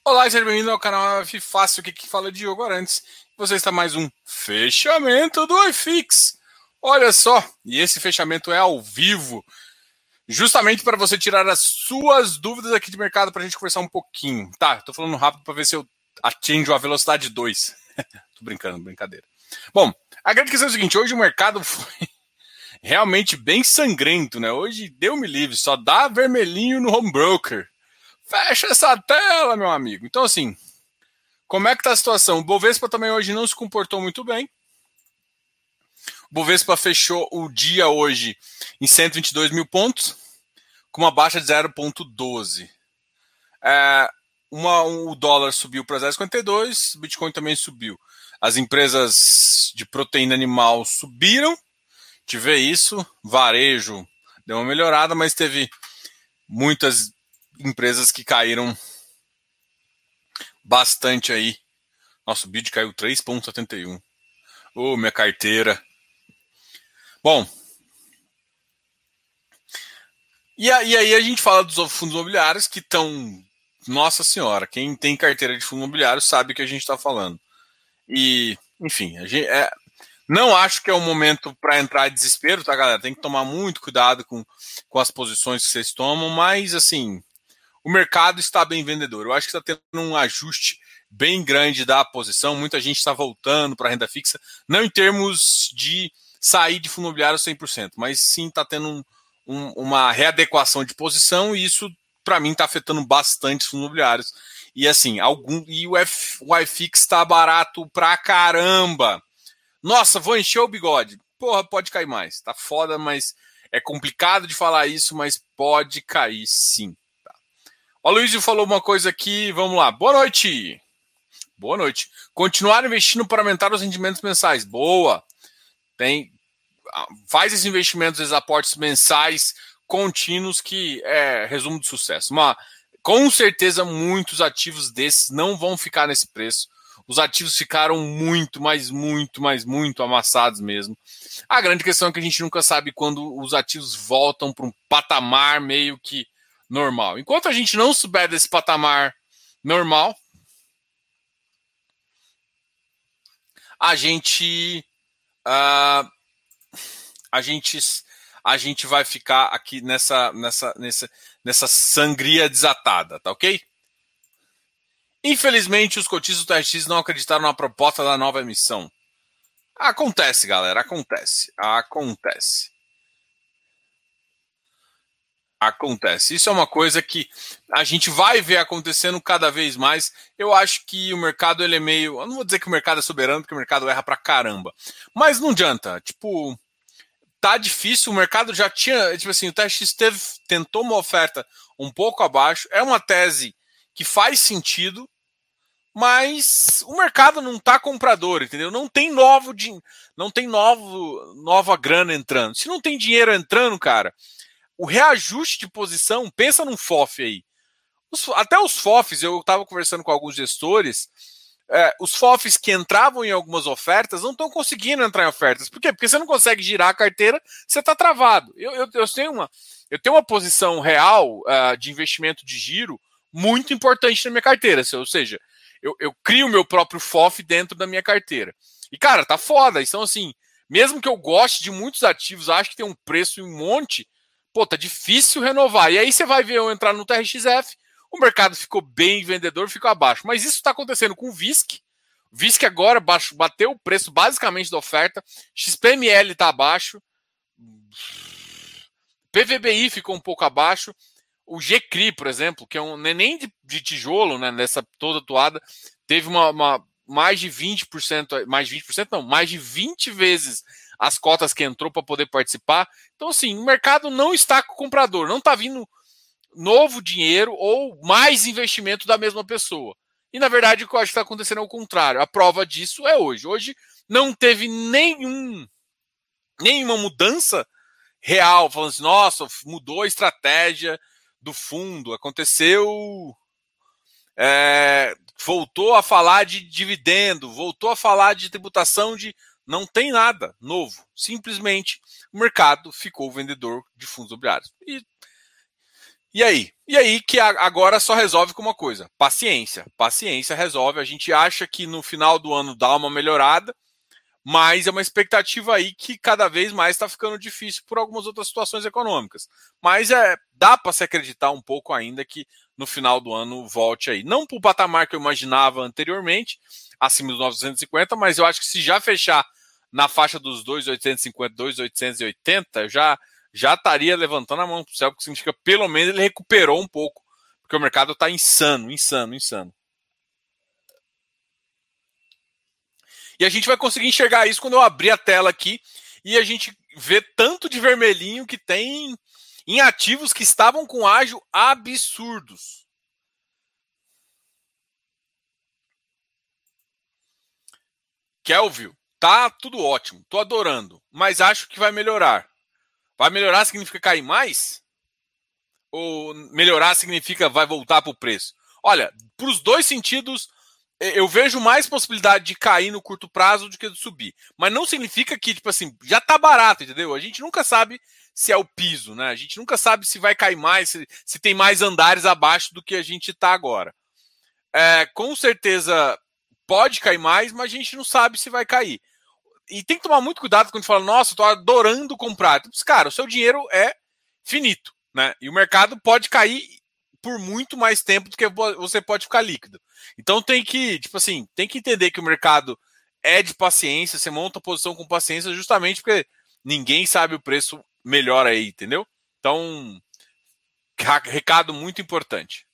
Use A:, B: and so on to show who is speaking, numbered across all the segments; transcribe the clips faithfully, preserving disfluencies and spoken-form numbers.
A: Olá, seja bem-vindo ao canal F Fácil, aqui que fala de Diogo Arantes. Você está mais um fechamento do iFix. Olha só, e esse fechamento é ao vivo, justamente para você tirar as suas dúvidas aqui de mercado para a gente conversar um pouquinho. Tá, estou falando rápido para ver se eu atingo a velocidade dois. Tô brincando, brincadeira. Bom, a grande questão é o seguinte, hoje o mercado foi realmente bem sangrento, né? Hoje deu-me livre, só dá vermelhinho no home broker. Fecha essa tela, meu amigo. Então, assim, como é que tá a situação? O Bovespa também hoje não se comportou muito bem. O Bovespa fechou o dia hoje em cento e vinte e dois mil pontos, com uma baixa de zero vírgula doze. É, uma, um, o dólar subiu para zero vírgula cinquenta e dois, o Bitcoin também subiu. As empresas de proteína animal subiram, te vê isso, varejo deu uma melhorada, mas teve muitas empresas que caíram bastante aí. Nossa, o bid caiu três vírgula setenta e um. Ô, oh, minha carteira. Bom. E aí a gente fala dos fundos imobiliários que estão... Nossa senhora, quem tem carteira de fundo imobiliário sabe o que a gente está falando. E, enfim, a gente, é, não acho que é o momento para entrar em desespero, tá, galera? Tem que tomar muito cuidado com, com as posições que vocês tomam, mas, assim, o mercado está bem vendedor. Eu acho que está tendo um ajuste bem grande da posição. Muita gente está voltando para a renda fixa, não em termos de sair de fundo imobiliário cem por cento, mas sim está tendo um, um, uma readequação de posição e isso, para mim, está afetando bastante os fundos imobiliários. E assim, algum, e o, F, o iFix está barato pra caramba. Nossa, vou encher o bigode. Porra, pode cair mais. Tá foda, mas é complicado de falar isso, mas pode cair sim. Tá. O Luiz falou uma coisa aqui, vamos lá. Boa noite. Boa noite. Continuar investindo para aumentar os rendimentos mensais. Boa. Tem, faz esses investimentos, esses aportes mensais contínuos que é resumo de sucesso. Mas com certeza muitos ativos desses não vão ficar nesse preço. Os ativos ficaram muito, mas muito, mas muito amassados mesmo. A grande questão é que a gente nunca sabe quando os ativos voltam para um patamar meio que normal. Enquanto a gente não souber desse patamar normal, a gente uh, a gente a gente vai ficar aqui nessa nessa nessa nessa sangria desatada, tá ok? Infelizmente, os cotistas do T R X não acreditaram na proposta da nova emissão. Acontece, galera, acontece. Acontece. Acontece. Isso é uma coisa que a gente vai ver acontecendo cada vez mais. Eu acho que o mercado, ele é meio... Eu não vou dizer que o mercado é soberano, porque o mercado erra pra caramba. Mas não adianta. Tipo, tá difícil. O mercado já tinha... Tipo assim, o T R X teve, tentou uma oferta um pouco abaixo. É uma tese que faz sentido, mas o mercado não está comprador, entendeu? Não tem novo, não tem novo, nova grana entrando. Se não tem dinheiro entrando, cara, o reajuste de posição, pensa num F O F aí. Os, até os F O Fs, eu estava conversando com alguns gestores, é, os F O Fs que entravam em algumas ofertas não estão conseguindo entrar em ofertas. Por quê? Porque você não consegue girar a carteira, você está travado. Eu, eu, eu, tenho uma, eu tenho uma posição real uh, de investimento de giro muito importante na minha carteira, ou seja, Eu, eu crio o meu próprio F O F dentro da minha carteira. E, cara, tá foda. Então, assim, mesmo que eu goste de muitos ativos, acho que tem um preço em um monte, pô, tá difícil renovar. E aí você vai ver eu entrar no T R X F, o mercado ficou bem vendedor, ficou abaixo. Mas isso tá acontecendo com o V I S C. O V I S C agora bateu o preço basicamente da oferta. X P M L tá abaixo. P V B I ficou um pouco abaixo. O G C R I, por exemplo, que é um nem de, de tijolo, né, nessa toda toada, teve uma, uma mais de vinte por cento, mais de vinte por cento não, mais de vinte vezes as cotas que entrou para poder participar. Então, assim, o mercado não está com o comprador, não está vindo novo dinheiro ou mais investimento da mesma pessoa. E, na verdade, o que eu acho que está acontecendo é o contrário. A prova disso é hoje. Hoje não teve nenhum, nenhuma mudança real, falando assim, nossa, mudou a estratégia do fundo, aconteceu, é, voltou a falar de dividendo, voltou a falar de tributação de... Não tem nada novo. Simplesmente o mercado ficou vendedor de fundos imobiliários. E, E aí? E aí que agora só resolve com uma coisa: paciência. Paciência resolve. A gente acha que no final do ano dá uma melhorada, mas é uma expectativa aí que cada vez mais está ficando difícil por algumas outras situações econômicas. Mas é, dá para se acreditar um pouco ainda que no final do ano volte aí. Não para o patamar que eu imaginava anteriormente, acima dos novecentos e cinquenta, mas eu acho que se já fechar na faixa dos dois mil oitocentos e cinquenta, dois mil oitocentos e oitenta, já já estaria levantando a mão para o céu, porque significa pelo menos ele recuperou um pouco, porque o mercado está insano, insano, insano. E a gente vai conseguir enxergar isso quando eu abrir a tela aqui e a gente vê tanto de vermelhinho que tem em ativos que estavam com ágio absurdos. Kelvin, tá tudo ótimo, tô adorando, mas acho que vai melhorar. Vai melhorar significa cair mais? Ou melhorar significa vai voltar para o preço? Olha, para os dois sentidos, eu vejo mais possibilidade de cair no curto prazo do que de subir. Mas não significa que, tipo assim, já tá barato, entendeu? A gente nunca sabe se é o piso, né? A gente nunca sabe se vai cair mais, se, se tem mais andares abaixo do que a gente tá agora. É, com certeza pode cair mais, mas a gente não sabe se vai cair. E tem que tomar muito cuidado quando fala, nossa, eu tô adorando comprar. Cara, o seu dinheiro é finito, né? E o mercado pode cair por muito mais tempo do que você pode ficar líquido. Então tem que, tipo assim, tem que entender que o mercado é de paciência, você monta a posição com paciência justamente porque ninguém sabe o preço melhor aí, entendeu? Então, recado muito importante.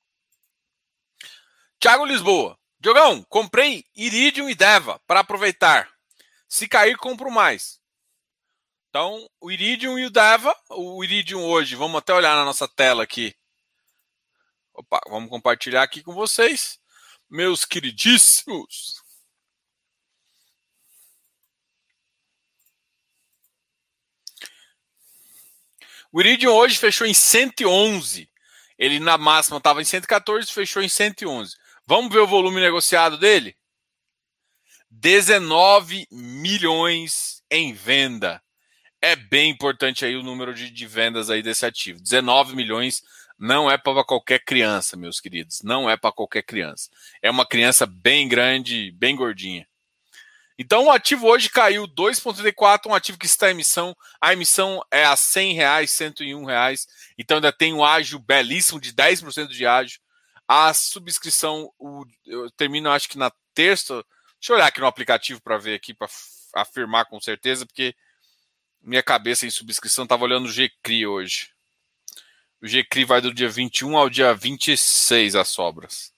A: Thiago Lisboa. Diogão, comprei Iridium e Deva para aproveitar. Se cair, compro mais. Então, o Iridium e o Deva, o Iridium hoje, vamos até olhar na nossa tela aqui. Opa, vamos compartilhar aqui com vocês, meus queridíssimos. O Iridium hoje fechou em cento e onze. Ele na máxima estava em cento e quatorze, fechou em cento e onze. Vamos ver o volume negociado dele? dezenove milhões em venda. É bem importante aí o número de, de vendas aí desse ativo. dezenove milhões não é para qualquer criança, meus queridos. Não é para qualquer criança. É uma criança bem grande, bem gordinha. Então o ativo hoje caiu dois vírgula trinta e quatro, um ativo que está em emissão. A emissão é a cem reais, cento e um reais. Então ainda tem um ágio belíssimo de dez por cento de ágio. A subscrição, o, eu termino acho que na terça. Deixa eu olhar aqui no aplicativo para ver aqui, para afirmar com certeza, porque minha cabeça em subscrição estava olhando o G C R I hoje. O G C R I vai do dia vinte e um ao dia vinte e seis as sobras.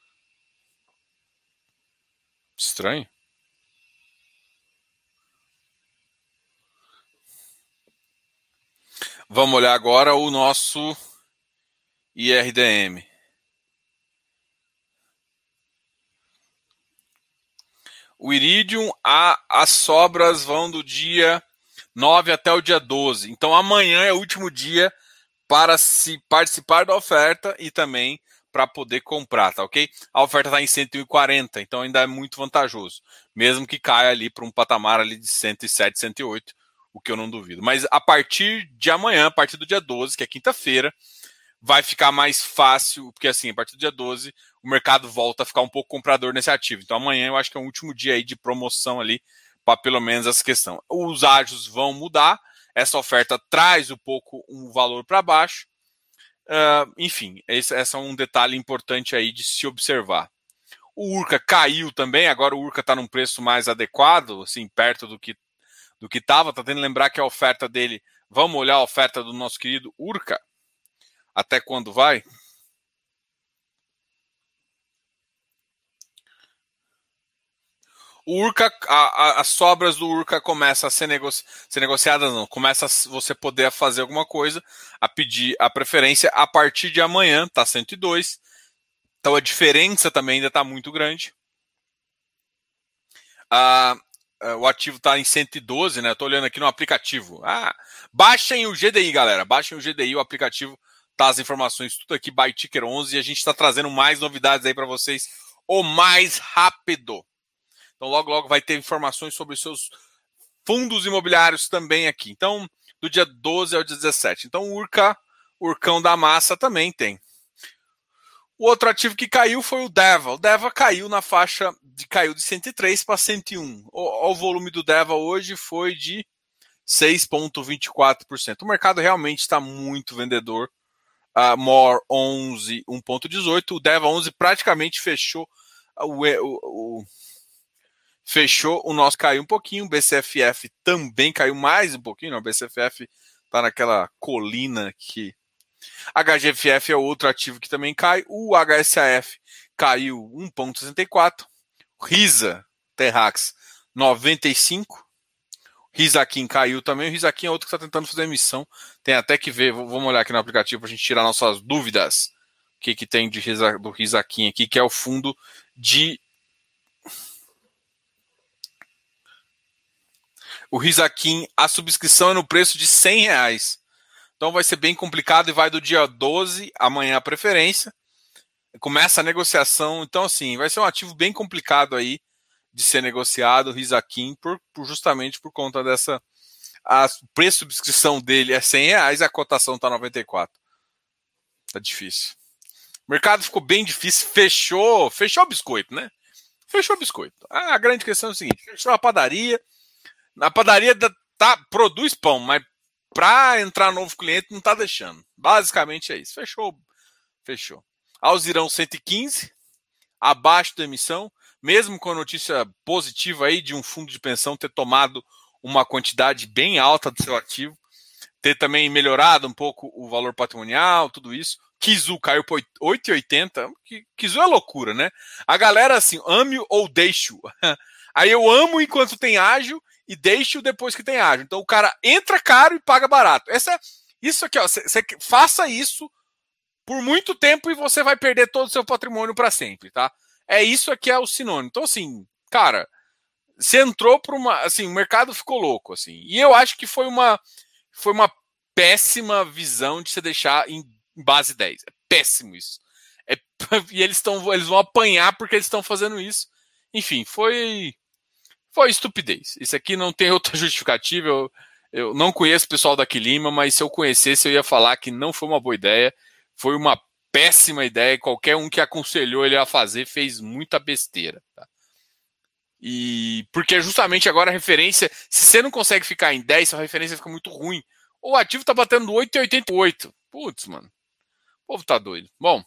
A: Estranho. Vamos olhar agora o nosso I R D M. O Iridium, a, as sobras vão do dia nove até o dia doze. Então amanhã é o último dia para se participar da oferta e também para poder comprar, tá ok? A oferta está em cento e quarenta, então ainda é muito vantajoso. Mesmo que caia ali para um patamar ali de cento e sete, cento e oito, o que eu não duvido. Mas a partir de amanhã, a partir do dia doze, que é quinta-feira, vai ficar mais fácil, porque assim, a partir do dia doze, o mercado volta a ficar um pouco comprador nesse ativo. Então amanhã eu acho que é o último dia aí de promoção ali, para pelo menos essa questão. Os ágios vão mudar, essa oferta traz um pouco um valor para baixo. Uh, enfim, esse, esse é um detalhe importante aí de se observar. O Urca caiu também, agora o Urca está num preço mais adequado, assim, perto do que do que estava. Tá tendo que lembrar que a oferta dele, vamos olhar a oferta do nosso querido Urca, até quando vai? O Urca, a, a, as sobras do Urca começam a ser, negoci ser negociadas, não. Começa a você poder fazer alguma coisa, a pedir a preferência a partir de amanhã, tá cento e dois. Então a diferença também ainda está muito grande. Ah, o ativo está em cento e doze, né? Estou olhando aqui no aplicativo. Ah, baixem o G D I, galera. Baixem o G D I, o aplicativo tá as informações tudo aqui, by Ticker onze, e a gente está trazendo mais novidades aí para vocês o mais rápido. Então logo, logo vai ter informações sobre os seus fundos imobiliários também aqui. Então, do dia doze ao dia dezessete. Então o Urca Urcão da Massa também tem. O outro ativo que caiu foi o Deva. O Deva caiu na faixa de caiu de cento e três para cento e um. O, o volume do Deva hoje foi de seis vírgula vinte e quatro por cento. O mercado realmente está muito vendedor. Uh, More onze, um vírgula dezoito. O Deva onze praticamente fechou o, o, o fechou. O nosso caiu um pouquinho. O B C F F também caiu mais um pouquinho. Não, o B C F F está naquela colina que H G F F é outro ativo que também cai. O H S A F caiu um vírgula sessenta e quatro. Risa, Terrax, noventa e cinco. Risaquim caiu também. O Risaquim é outro que está tentando fazer emissão. Tem até que ver, vamos olhar aqui no aplicativo para a gente tirar nossas dúvidas. O que, que tem de Risa, do Risaquim aqui, que é o fundo de... O Risaquim, a subscrição é no preço de cem reais. Então vai ser bem complicado e vai do dia doze, amanhã a preferência. Começa a negociação. Então, assim, vai ser um ativo bem complicado aí de ser negociado, o Risaquim, por, por, justamente por conta dessa... A, o preço de subscrição dele é cem reais e a cotação está noventa e quatro. Tá difícil. O mercado ficou bem difícil, fechou, fechou o biscoito, né? Fechou o biscoito. A grande questão é o seguinte, fechou a padaria, a padaria tá, produz pão, mas para entrar novo cliente não tá deixando. Basicamente é isso. Fechou. Fechou. Alzirão cento e quinze, abaixo da emissão, mesmo com a notícia positiva aí de um fundo de pensão ter tomado uma quantidade bem alta do seu ativo, ter também melhorado um pouco o valor patrimonial, tudo isso. Kizu caiu por oito reais e oitenta centavos. Kizu é loucura, né? A galera assim, ame ou deixe. Aí eu amo enquanto tem ágil e deixe depois que tem ágil. Então o cara entra caro e paga barato. Essa, isso aqui, ó, cê, cê, faça isso por muito tempo e você vai perder todo o seu patrimônio para sempre, tá? É isso aqui é o sinônimo. Então assim, cara, você entrou para uma, assim, o mercado ficou louco, assim. E eu acho que foi uma, foi uma péssima visão de você deixar em base dez. É péssimo isso. É, e eles estão, eles vão apanhar porque eles estão fazendo isso. Enfim, foi Foi estupidez. Isso aqui não tem outra justificativa. Eu, eu não conheço o pessoal da Quilima, mas se eu conhecesse, eu ia falar que não foi uma boa ideia. Foi uma péssima ideia. Qualquer um que aconselhou ele a fazer fez muita besteira. Tá? E porque justamente agora a referência, se você não consegue ficar em dez, a referência fica muito ruim. O ativo tá batendo oito reais e oitenta e oito. Putz, mano. O povo tá doido. Bom.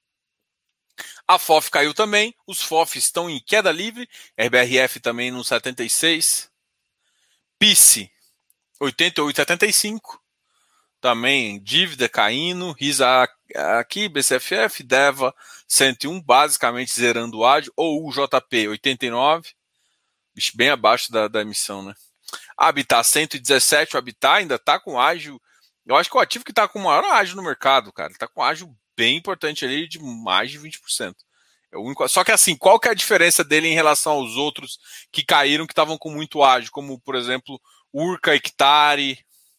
A: A F O F caiu também, os F O Fs estão em queda livre, R B R F também no setenta e seis, P I C oitenta e oito vírgula setenta e cinco, também dívida caindo, Risa aqui, B C F F, Deva cento e um, basicamente zerando o ágio, ou o J P oitenta e nove, bem abaixo da, da emissão, né? Habitat cento e dezessete, o Habitat ainda está com ágio, eu acho que é o ativo que está com o maior ágio no mercado, cara, está com ágio bem importante ali, de mais de vinte por cento. É o único... Só que assim, qual que é a diferença dele em relação aos outros que caíram, que estavam com muito ágio, como, por exemplo, Urca, Hectare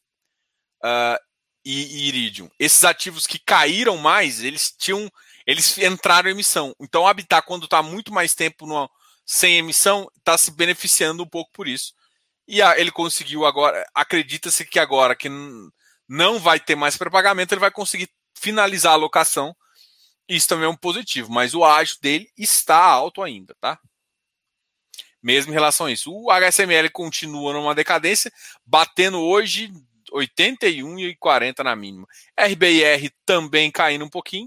A: uh, e, e Iridium? Esses ativos que caíram mais, eles tinham, eles entraram em emissão. Então, o Habitat, quando está muito mais tempo no, sem emissão, está se beneficiando um pouco por isso. E a, ele conseguiu agora, acredita-se que agora que n- não vai ter mais pré-pagamento, ele vai conseguir finalizar a alocação. Isso também é um positivo, mas o ágio dele está alto ainda, tá? Mesmo em relação a isso. O H S M L continua numa decadência, batendo hoje oitenta e um e quarenta na mínima. R B I R também caindo um pouquinho.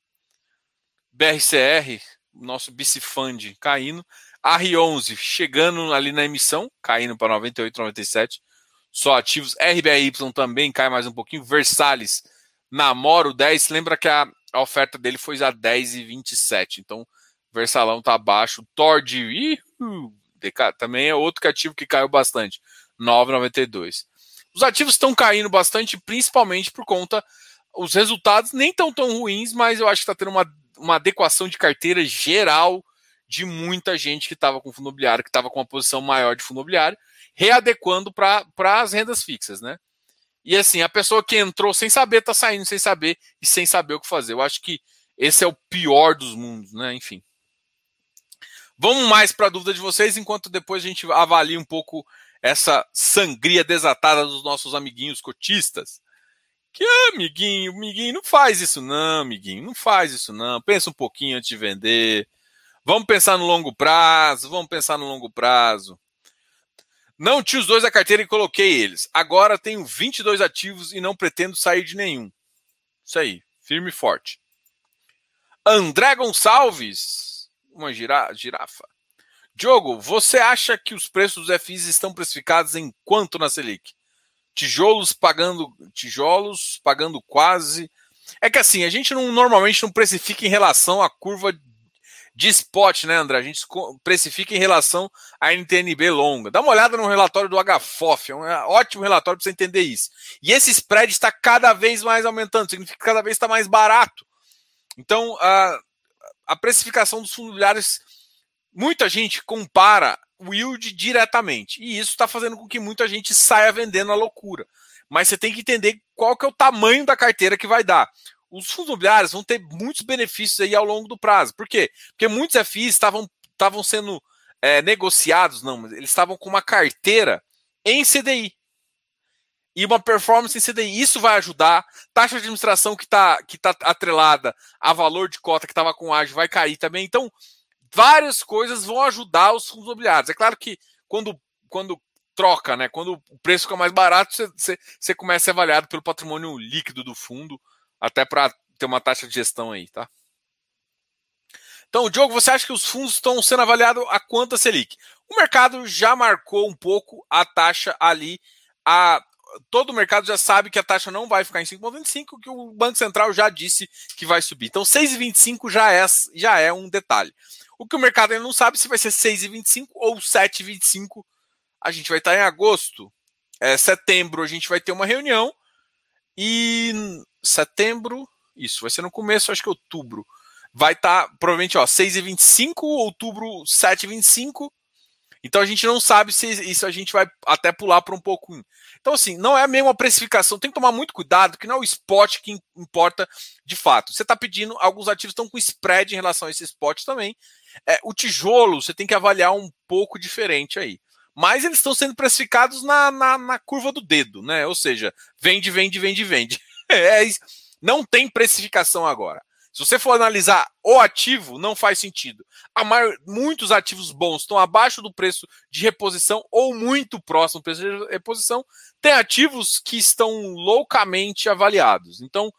A: B R C R, nosso Bicifund caindo. R onze chegando ali na emissão, caindo para noventa e oito, noventa e sete. Só ativos. R B R Y também cai mais um pouquinho. Versalhes, Namoro dez. Lembra que a, a oferta dele foi a dez e vinte e sete. Então, Versalão está abaixo. Tord ihu, também é outro ativo que caiu bastante. nove e noventa e dois. Os ativos estão caindo bastante, principalmente por conta... Os resultados nem estão tão ruins, mas eu acho que está tendo uma, uma adequação de carteira geral de muita gente que estava com fundo imobiliário, que estava com uma posição maior de fundo imobiliário, readequando para as rendas fixas, né? E assim, a pessoa que entrou sem saber, está saindo sem saber e sem saber o que fazer. Eu acho que esse é o pior dos mundos, né? Enfim. Vamos mais para a dúvida de vocês, enquanto depois a gente avalia um pouco essa sangria desatada dos nossos amiguinhos cotistas. Que, ah, amiguinho, amiguinho, não faz isso não, amiguinho, não faz isso não. Pensa um pouquinho antes de vender. Vamos pensar no longo prazo, vamos pensar no longo prazo. Não tinha os dois da carteira e coloquei eles. Agora tenho vinte e dois ativos e não pretendo sair de nenhum. Isso aí, firme e forte. André Gonçalves, uma gira, girafa. Diogo, você acha que os preços dos F Is estão precificados em quanto na Selic? Tijolos pagando tijolos pagando quase. É que assim, a gente não, normalmente não precifica em relação à curva de spot, né, André? A gente precifica em relação à N T N B longa. Dá uma olhada no relatório do H F O F, é um ótimo relatório para você entender isso. E esse spread está cada vez mais aumentando, significa que cada vez está mais barato. Então, a, a precificação dos fundos imobiliários, muita gente compara o yield diretamente. E isso está fazendo com que muita gente saia vendendo a loucura. Mas você tem que entender qual que é o tamanho da carteira que vai dar. Os fundos imobiliários vão ter muitos benefícios aí ao longo do prazo. Por quê? Porque muitos F Is estavam, estavam sendo é, negociados, não, mas eles estavam com uma carteira em C D I. E uma performance em C D I. Isso vai ajudar. Taxa de administração que está que tá atrelada a valor de cota que estava com ágio vai cair também. Então, várias coisas vão ajudar os fundos imobiliários. É claro que quando, quando troca, né, quando o preço fica mais barato, você, você, você começa a ser avaliado pelo patrimônio líquido do fundo, até para ter uma taxa de gestão aí, tá? Então, Diogo, você acha que os fundos estão sendo avaliados a quanto a Selic? O mercado já marcou um pouco a taxa ali. A, todo o mercado já sabe que a taxa não vai ficar em cinco vírgula vinte e cinco, que o Banco Central já disse que vai subir. Então, seis vírgula vinte e cinco já é, já é um detalhe. O que o mercado ainda não sabe se vai ser seis vírgula vinte e cinco ou sete vírgula vinte e cinco. A gente vai estar em agosto. É, setembro a gente vai ter uma reunião. E setembro, isso, vai ser no começo, acho que outubro. Vai estar, provavelmente, ó, seis vírgula vinte e cinco, outubro sete vírgula vinte e cinco. Então a gente não sabe se isso a gente vai até pular para um pouco. Então, assim, não é a mesma precificação. Tem que tomar muito cuidado, que não é o spot que importa de fato. Você está pedindo, alguns ativos estão com spread em relação a esse spot também. É, o tijolo, você tem que avaliar um pouco diferente aí. Mas eles estão sendo precificados na, na, na curva do dedo, né? Ou seja, vende, vende, vende, vende. É, não tem precificação agora. Se você for analisar o ativo, não faz sentido. A maior, muitos ativos bons estão abaixo do preço de reposição ou muito próximo do preço de reposição. Tem ativos que estão loucamente avaliados. Então,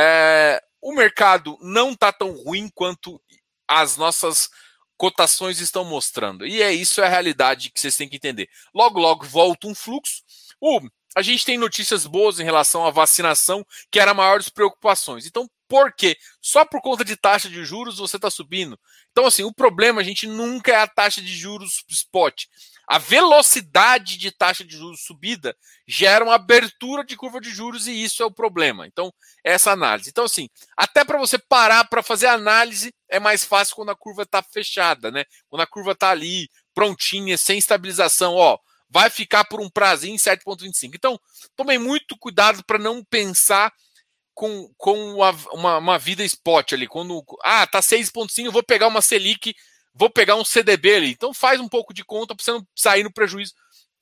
A: é, o mercado não está tão ruim quanto as nossas cotações estão mostrando. E é isso é a realidade que vocês têm que entender. Logo, logo volta um fluxo. Uh, a gente tem notícias boas em relação à vacinação, que era a maior das preocupações. Então, por quê? Só por conta de taxa de juros você está subindo. Então, assim, o problema, a gente nunca é a taxa de juros spot. A velocidade de taxa de juros subida gera uma abertura de curva de juros e isso é o problema. Então, essa análise. Então, assim, até para você parar para fazer análise é mais fácil quando a curva está fechada, né? Quando a curva está ali, prontinha, sem estabilização, ó, vai ficar por um prazinho em sete vírgula vinte e cinco. Então, tomem muito cuidado para não pensar com, com uma, uma, uma vida spot ali. Quando, ah, tá seis vírgula cinco, eu vou pegar uma Selic, vou pegar um C D B ali. Então faz um pouco de conta para você não sair no prejuízo.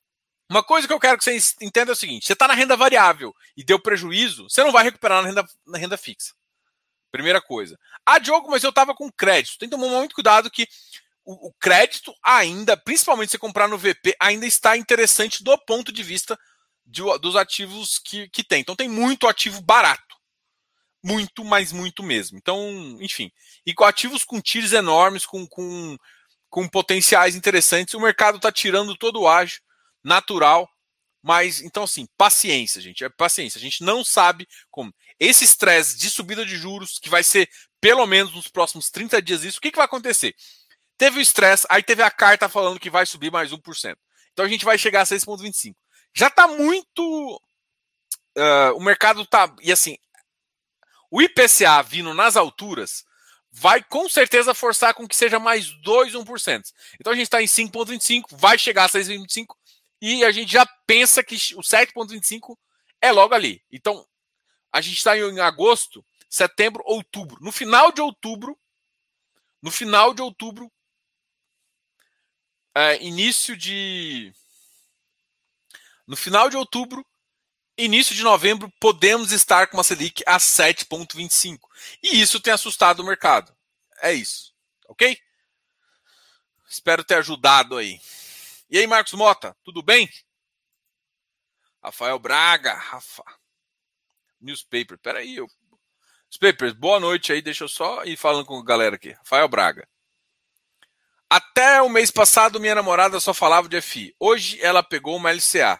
A: Uma coisa que eu quero que você entenda é o seguinte: você está na renda variável e deu prejuízo, você não vai recuperar na renda, na renda fixa. Primeira coisa. Ah, Diogo, mas eu estava com crédito. Tem que tomar muito cuidado que o, o crédito ainda, principalmente se você comprar no V P, ainda está interessante do ponto de vista de, dos ativos que, que tem. Então tem muito ativo barato. Muito, mas muito mesmo. Então, enfim. E com ativos com tiros enormes, com, com, com potenciais interessantes, o mercado está tirando todo o ágio natural. Mas, então, assim, paciência, gente. É paciência. A gente não sabe como. Esse estresse de subida de juros, que vai ser pelo menos nos próximos trinta dias isso, o que, que vai acontecer? Teve o estresse, aí teve a carta falando que vai subir mais um por cento. Então a gente vai chegar a seis vírgula vinte e cinco. Já está muito. Uh, o mercado está. E assim. O I P C A vindo nas alturas vai com certeza forçar com que seja mais dois vírgula um por cento. Então a gente está em cinco vírgula vinte e cinco, vai chegar a seis vírgula vinte e cinco e a gente já pensa que o sete vírgula vinte e cinco é logo ali. Então a gente está em agosto, setembro, outubro. No final de outubro, no final de outubro, é, início de... No final de outubro, início de novembro, podemos estar com uma Selic a sete vírgula vinte e cinco. E isso tem assustado o mercado. É isso. Ok? Espero ter ajudado aí. E aí, Marcos Mota, tudo bem? Rafael Braga, Rafa. Newspaper, peraí. Eu... Newspaper, boa noite aí, deixa eu só ir falando com a galera aqui. Rafael Braga. Até o mês passado, minha namorada só falava de F I. Hoje ela pegou uma L C A.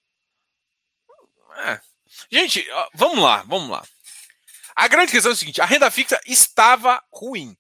A: É. Gente, vamos lá, vamos lá. A grande questão é o seguinte, a renda fixa estava ruim.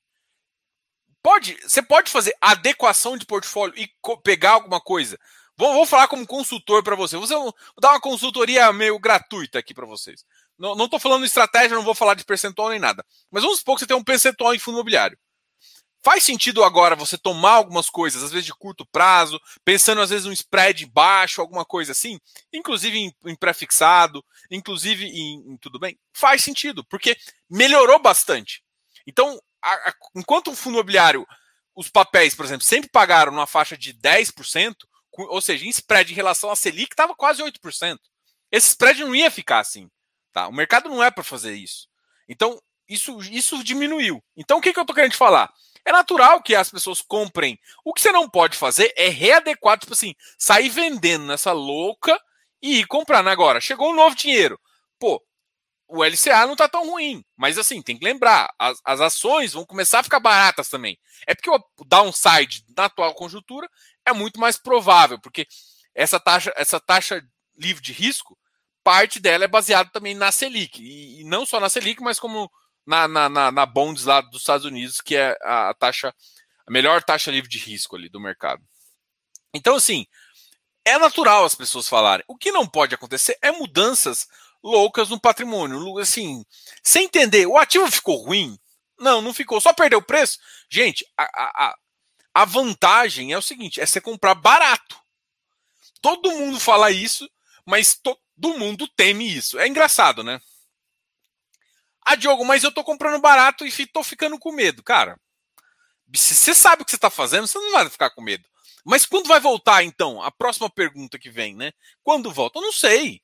A: Pode, você pode fazer adequação de portfólio e pegar alguma coisa. Vou, vou falar como consultor para você. você. Vou dar uma consultoria meio gratuita aqui para vocês. Não estou falando de estratégia, não vou falar de percentual nem nada. Mas vamos supor que você tem um percentual em fundo imobiliário. Faz sentido agora você tomar algumas coisas, às vezes de curto prazo, pensando às vezes um spread baixo, alguma coisa assim, inclusive em, em pré-fixado, inclusive em, em tudo bem? Faz sentido, porque melhorou bastante. Então, a, a, enquanto o fundo imobiliário, os papéis, por exemplo, sempre pagaram numa faixa de dez por cento, ou seja, em spread em relação à Selic, estava quase oito por cento. Esse spread não ia ficar assim. Tá? O mercado não é para fazer isso. Então, isso, isso diminuiu. Então, o que, que eu estou querendo te falar? É natural que as pessoas comprem. O que você não pode fazer é readequar, tipo assim, sair vendendo nessa louca e ir comprando. Agora, chegou um novo dinheiro. Pô, o L C A não tá tão ruim. Mas assim, tem que lembrar, as, as ações vão começar a ficar baratas também. É porque o downside na atual conjuntura é muito mais provável, porque essa taxa, essa taxa livre de risco, parte dela é baseada também na Selic. E, e não só na Selic, mas como na, na, na, na bonds lá dos Estados Unidos, que é a taxa, a melhor taxa livre de risco ali do mercado. Então, assim, é natural as pessoas falarem. O que não pode acontecer é mudanças loucas no patrimônio. Assim, sem entender, o ativo ficou ruim? Não, não ficou. Só perdeu o preço? Gente, a, a, a vantagem é o seguinte, é você comprar barato. Todo mundo fala isso, mas todo mundo teme isso. É engraçado, né? Ah, Diogo, mas eu tô comprando barato e tô ficando com medo. Cara, se você sabe o que você tá fazendo, você não vai ficar com medo. Mas quando vai voltar, então? A próxima pergunta que vem, né? Quando volta? Eu não sei.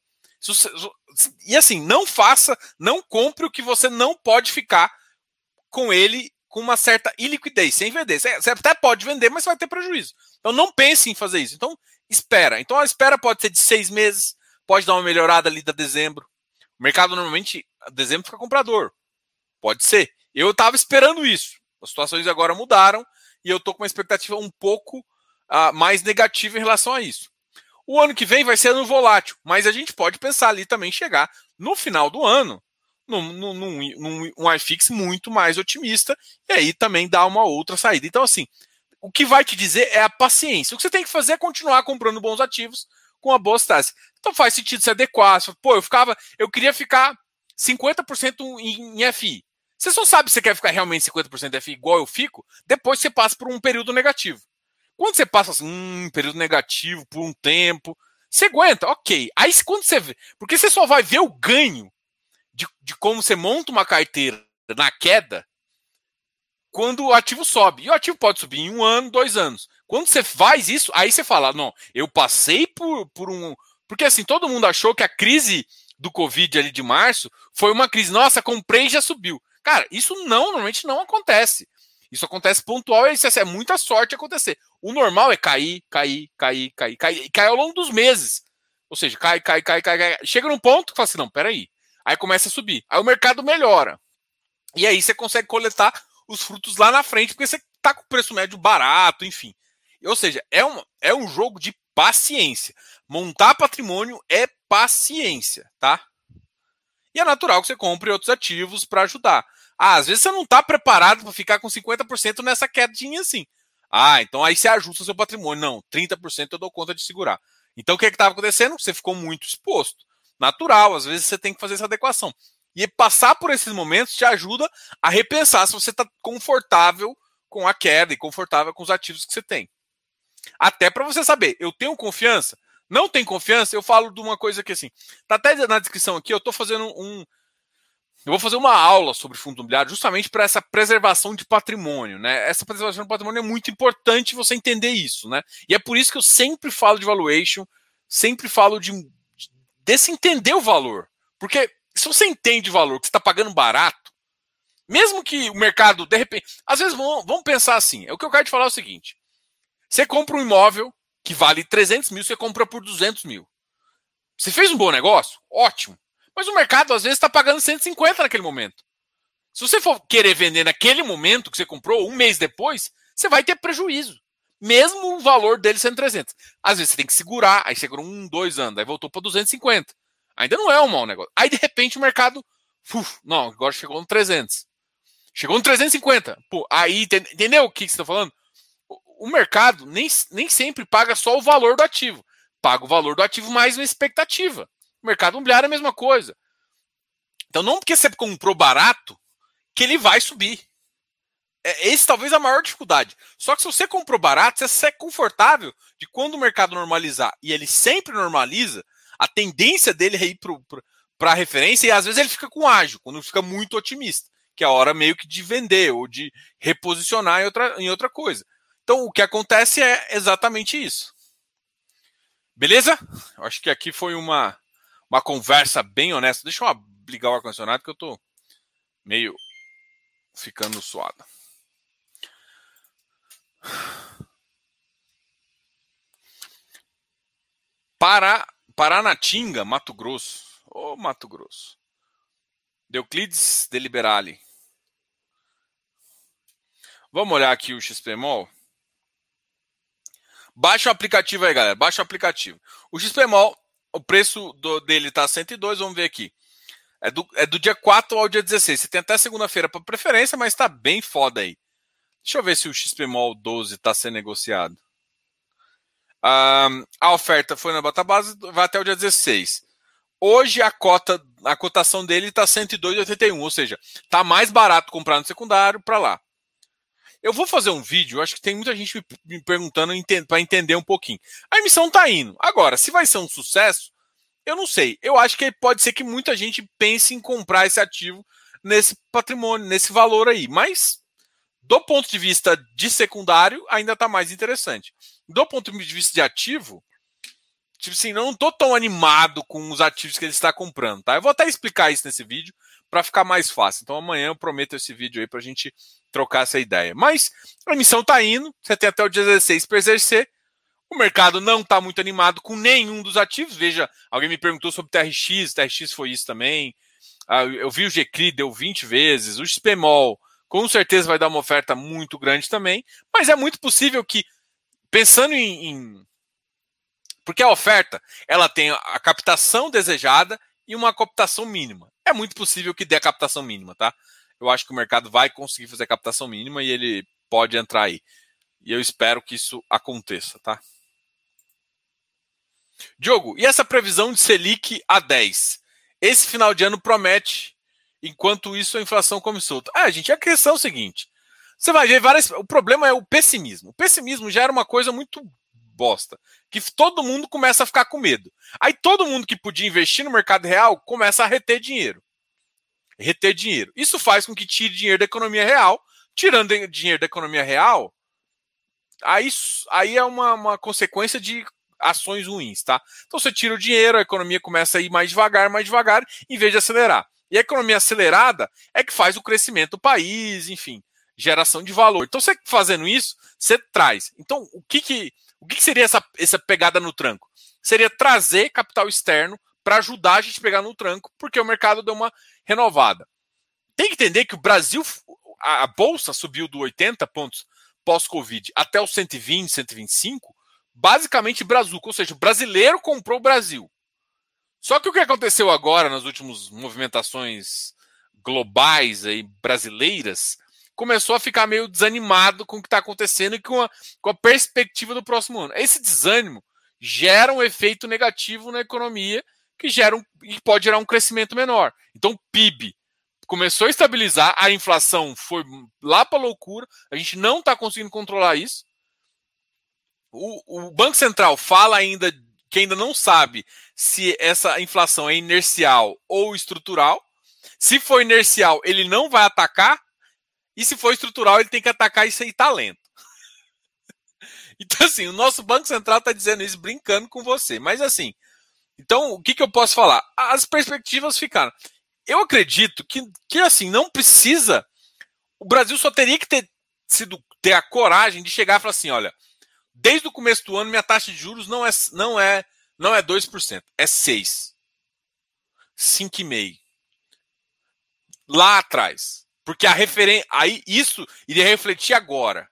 A: E assim, não faça, não compre o que você não pode ficar com ele com uma certa iliquidez, sem vender. Você até pode vender, mas vai ter prejuízo. Então não pense em fazer isso. Então espera. Então a espera pode ser de seis meses, pode dar uma melhorada ali da dezembro. O mercado normalmente, dezembro fica comprador. Pode ser. Eu estava esperando isso. As situações agora mudaram e eu estou com uma expectativa um pouco uh, mais negativa em relação a isso. O ano que vem vai ser ano volátil, mas a gente pode pensar ali também chegar no final do ano num, num, num, num um I F I X muito mais otimista e aí também dar uma outra saída. Então, assim, o que vai te dizer é a paciência. O que você tem que fazer é continuar comprando bons ativos com a boa taxa. Então faz sentido se adequar. Pô, eu ficava, eu queria ficar cinquenta por cento em, em F I. Você só sabe se você quer ficar realmente cinquenta por cento de F I igual eu fico, depois você passa por um período negativo. Quando você passa assim, um período negativo por um tempo, você aguenta, ok. Aí quando você vê, porque você só vai ver o ganho de, de como você monta uma carteira na queda quando o ativo sobe. E o ativo pode subir em um ano, dois anos. Quando você faz isso, aí você fala, não, eu passei por, por um... Porque assim, todo mundo achou que a crise do Covid ali de março foi uma crise, nossa, comprei e já subiu. Cara, isso não, normalmente não acontece. Isso acontece pontual e isso é muita sorte acontecer. O normal é cair, cair, cair, cair, cair, e cair ao longo dos meses. Ou seja, cai, cai, cai, cai, cai. Chega num ponto que fala assim, não, peraí. Aí começa a subir. Aí o mercado melhora. E aí você consegue coletar os frutos lá na frente, porque você tá com o preço médio barato, enfim. Ou seja, é um, é um jogo de paciência. Montar patrimônio é paciência, tá? E é natural que você compre outros ativos para ajudar. Ah, às vezes você não está preparado para ficar com cinquenta por cento nessa quedinha assim. Ah, então aí você ajusta o seu patrimônio. Não, trinta por cento eu dou conta de segurar. Então o que é estava acontecendo? Você ficou muito exposto. Natural, às vezes você tem que fazer essa adequação. E passar por esses momentos te ajuda a repensar se você está confortável com a queda e confortável com os ativos que você tem. Até para você saber, eu tenho confiança? Não tem confiança? Eu falo de uma coisa que assim, tá até na descrição aqui, eu estou fazendo um... Eu vou fazer uma aula sobre fundo imobiliário justamente para essa preservação de patrimônio, né? Essa preservação de patrimônio é muito importante você entender isso, né? E é por isso que eu sempre falo de valuation, sempre falo de, desse entender o valor. Porque se você entende o valor, que você está pagando barato, mesmo que o mercado, de repente... Às vezes, vamos, vamos pensar assim. O que eu quero te falar é o seguinte. Você compra um imóvel que vale trezentos mil, você compra por duzentos mil. Você fez um bom negócio? Ótimo. Mas o mercado, às vezes, está pagando cento e cinquenta naquele momento. Se você for querer vender naquele momento que você comprou, um mês depois, você vai ter prejuízo. Mesmo o valor dele sendo trezentos. Às vezes você tem que segurar, aí segura um, dois anos, aí voltou para duzentos e cinquenta. Ainda não é um mau negócio. Aí, de repente, o mercado... Uf, não, agora chegou no trezentos. Chegou no trezentos e cinquenta. Pô, aí, entendeu o que você está falando? O mercado nem, nem sempre paga só o valor do ativo. Paga o valor do ativo mais uma expectativa. O mercado imobiliário é a mesma coisa. Então, não porque você comprou barato que ele vai subir. É, esse talvez a maior dificuldade. Só que se você comprou barato, você é confortável de quando o mercado normalizar, e ele sempre normaliza, a tendência dele é ir para a referência, e às vezes ele fica com ágio, quando fica muito otimista, que é a hora meio que de vender ou de reposicionar em outra, em outra coisa. Então, o que acontece é exatamente isso. Beleza? Eu acho que aqui foi uma, uma conversa bem honesta. Deixa eu ligar o ar-condicionado que eu tô meio ficando suado. Para, Paranatinga, Mato Grosso. Ô, oh, Mato Grosso. Euclides Deliberale. Vamos olhar aqui o X P Mol. Baixa o aplicativo aí, galera. Baixa o aplicativo. O X P Mol, o preço do, dele tá cento e dois, vamos ver aqui. É do, é do dia quatro ao dia dezesseis. Você tem até segunda-feira para preferência, mas tá bem foda aí. Deixa eu ver se o X P Mol doze está sendo negociado. Um, a oferta foi na Database, vai até o dia dezesseis. Hoje a cota, a cotação dele está cento e dois vírgula oitenta e um, ou seja, está mais barato comprar no secundário para lá. Eu vou fazer um vídeo, acho que tem muita gente me perguntando para entender um pouquinho. A emissão está indo. Agora, se vai ser um sucesso, eu não sei. Eu acho que pode ser que muita gente pense em comprar esse ativo nesse patrimônio, nesse valor aí. Mas, do ponto de vista de secundário, ainda está mais interessante. Do ponto de vista de ativo, tipo assim, não estou tão animado com os ativos que ele está comprando, tá? Eu vou até explicar isso nesse vídeo para ficar mais fácil. Então amanhã eu prometo esse vídeo aí para a gente trocar essa ideia. Mas a emissão está indo, você tem até o dia dezesseis para exercer. O mercado não está muito animado com nenhum dos ativos. Veja, alguém me perguntou sobre T R X, T R X foi isso também. Eu vi o G C R I, deu vinte vezes. O X P Mol, com certeza vai dar uma oferta muito grande também. Mas é muito possível que, pensando em, em... Porque a oferta, ela tem a captação desejada e uma captação mínima. É muito possível que dê a captação mínima, tá? Eu acho que o mercado vai conseguir fazer a captação mínima e ele pode entrar aí. E eu espero que isso aconteça, tá? Diogo, e essa previsão de Selic a dez? Esse final de ano promete, enquanto isso a inflação come solta. Ah, gente, a questão é o seguinte. Você vai ver várias... O problema é o pessimismo. O pessimismo já era uma coisa muito bosta. Que todo mundo começa a ficar com medo. Aí todo mundo que podia investir no mercado real começa a reter dinheiro. Reter dinheiro. Isso faz com que tire dinheiro da economia real. Tirando dinheiro da economia real, aí, aí é uma, uma consequência de ações ruins, tá? Então você tira o dinheiro, a economia começa a ir mais devagar, mais devagar, em vez de acelerar. E a economia acelerada é que faz o crescimento do país, enfim, geração de valor. Então você fazendo isso, você traz. Então o que, que, o que, que seria essa, essa pegada no tranco? Seria trazer capital externo para ajudar a gente a pegar no tranco, porque o mercado deu uma renovada. Tem que entender que o Brasil, a bolsa subiu do oitenta pontos pós-Covid até os cento e vinte, cento e vinte e cinco, basicamente brazuca, ou seja, o brasileiro comprou o Brasil. Só que o que aconteceu agora nas últimas movimentações globais aí, brasileiras, começou a ficar meio desanimado com o que está acontecendo e com a, com a perspectiva do próximo ano. Esse desânimo gera um efeito negativo na economia que gera um, e pode gerar um crescimento menor. Então o P I B começou a estabilizar, a inflação foi lá para a loucura, a gente não está conseguindo controlar isso. O, o Banco Central fala ainda que ainda não sabe se essa inflação é inercial ou estrutural. Se for inercial, ele não vai atacar, e se for estrutural, ele tem que atacar isso aí talento. Então, assim, o nosso Banco Central está dizendo isso brincando com você. Mas, assim, Então, o que, que eu posso falar? As perspectivas ficaram. Eu acredito que, que assim, não precisa. O Brasil só teria que ter, sido, ter a coragem de chegar e falar assim: olha, desde o começo do ano, minha taxa de juros não é, não é, não é dois por cento, é seis por cento. cinco vírgula cinco por cento. Lá atrás. Porque a referência. Aí isso iria refletir agora.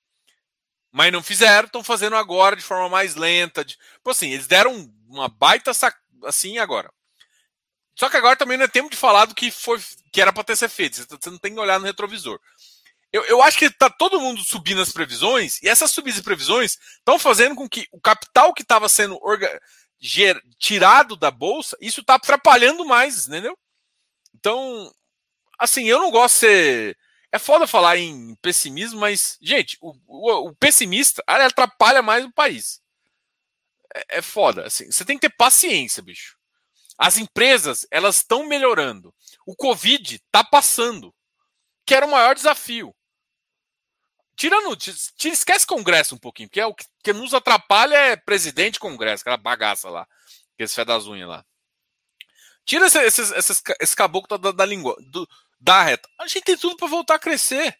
A: Mas não fizeram, estão fazendo agora de forma mais lenta. De... Pô, assim, eles deram uma baita sac... assim agora. Só que agora também não é tempo de falar do que, foi, que era para ter sido feito. Você não tem que olhar no retrovisor. Eu, eu acho que está todo mundo subindo as previsões, e essas subidas de previsões estão fazendo com que o capital que estava sendo orga... ger... tirado da bolsa, isso está atrapalhando mais, entendeu? Então, assim, eu não gosto de ser. É foda falar em pessimismo, mas, gente, o, o, o pessimista ele atrapalha mais o país. É, é foda. Assim, você tem que ter paciência, bicho. As empresas, elas estão melhorando. O Covid está passando, que era o maior desafio. Tirando, tira, esquece Congresso um pouquinho, porque é o que, que nos atrapalha é presidente e Congresso, aquela bagaça lá, aqueles fé das unhas lá. Tira esse, esse, esse, esse caboclo da, da língua, do, da reta. A gente tem tudo para voltar a crescer.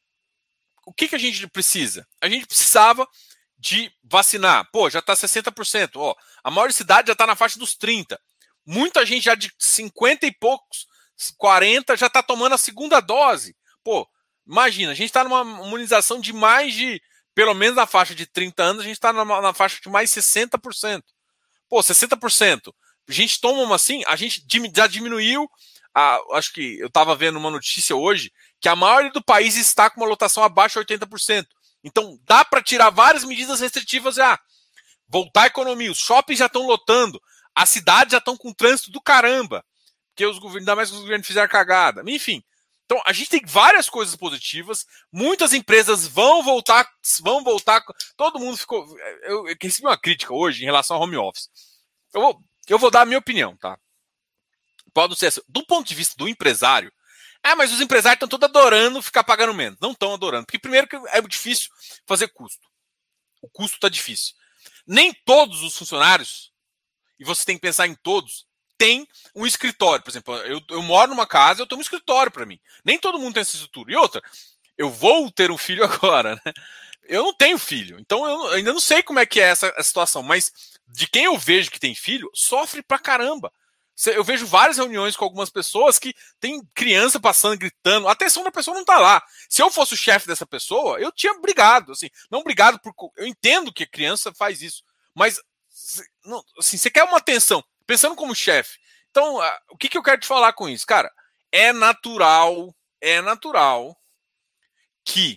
A: O que, que a gente precisa? A gente precisava de vacinar. Pô, já está sessenta por cento. Ó, a maior cidade já está na faixa dos trinta por cento. Muita gente já de cinquenta e poucos, quarenta, já está tomando a segunda dose. Pô, imagina, a gente está numa imunização de mais de, pelo menos na faixa de trinta anos, a gente está na, na faixa de mais sessenta por cento. Pô, sessenta por cento. A gente toma uma assim, a gente já diminuiu, a, acho que eu estava vendo uma notícia hoje, que a maioria do país está com uma lotação abaixo de oitenta por cento. Então, dá para tirar várias medidas restritivas já. Voltar a economia, os shoppings já estão lotando, as cidades já estão com trânsito do caramba, porque os governos, ainda mais que os governos fizeram cagada. Enfim, então a gente tem várias coisas positivas, muitas empresas vão voltar, vão voltar, todo mundo ficou... Eu, eu recebi uma crítica hoje em relação ao home office. Eu vou, eu vou dar a minha opinião, tá? Pode ser assim. Do ponto de vista do empresário, ah, mas os empresários estão todos adorando ficar pagando menos. Não estão adorando, porque primeiro que é difícil fazer custo. O custo está difícil. Nem todos os funcionários, e você tem que pensar em todos, tem um escritório. Por exemplo, eu, eu moro numa casa, eu tenho um escritório para mim. Nem todo mundo tem essa estrutura. E outra, eu vou ter um filho agora, né? Eu não tenho filho, então eu ainda não sei como é que é essa a situação, mas de quem eu vejo que tem filho, sofre pra caramba. Eu vejo várias reuniões com algumas pessoas que tem criança passando, gritando, a atenção da pessoa não tá lá. Se eu fosse o chefe dessa pessoa, eu tinha brigado, assim, não brigado por... Eu entendo que a criança faz isso, mas não, assim, você quer uma atenção, pensando como chefe. Então, o que, que eu quero te falar com isso? Cara, é natural, é natural que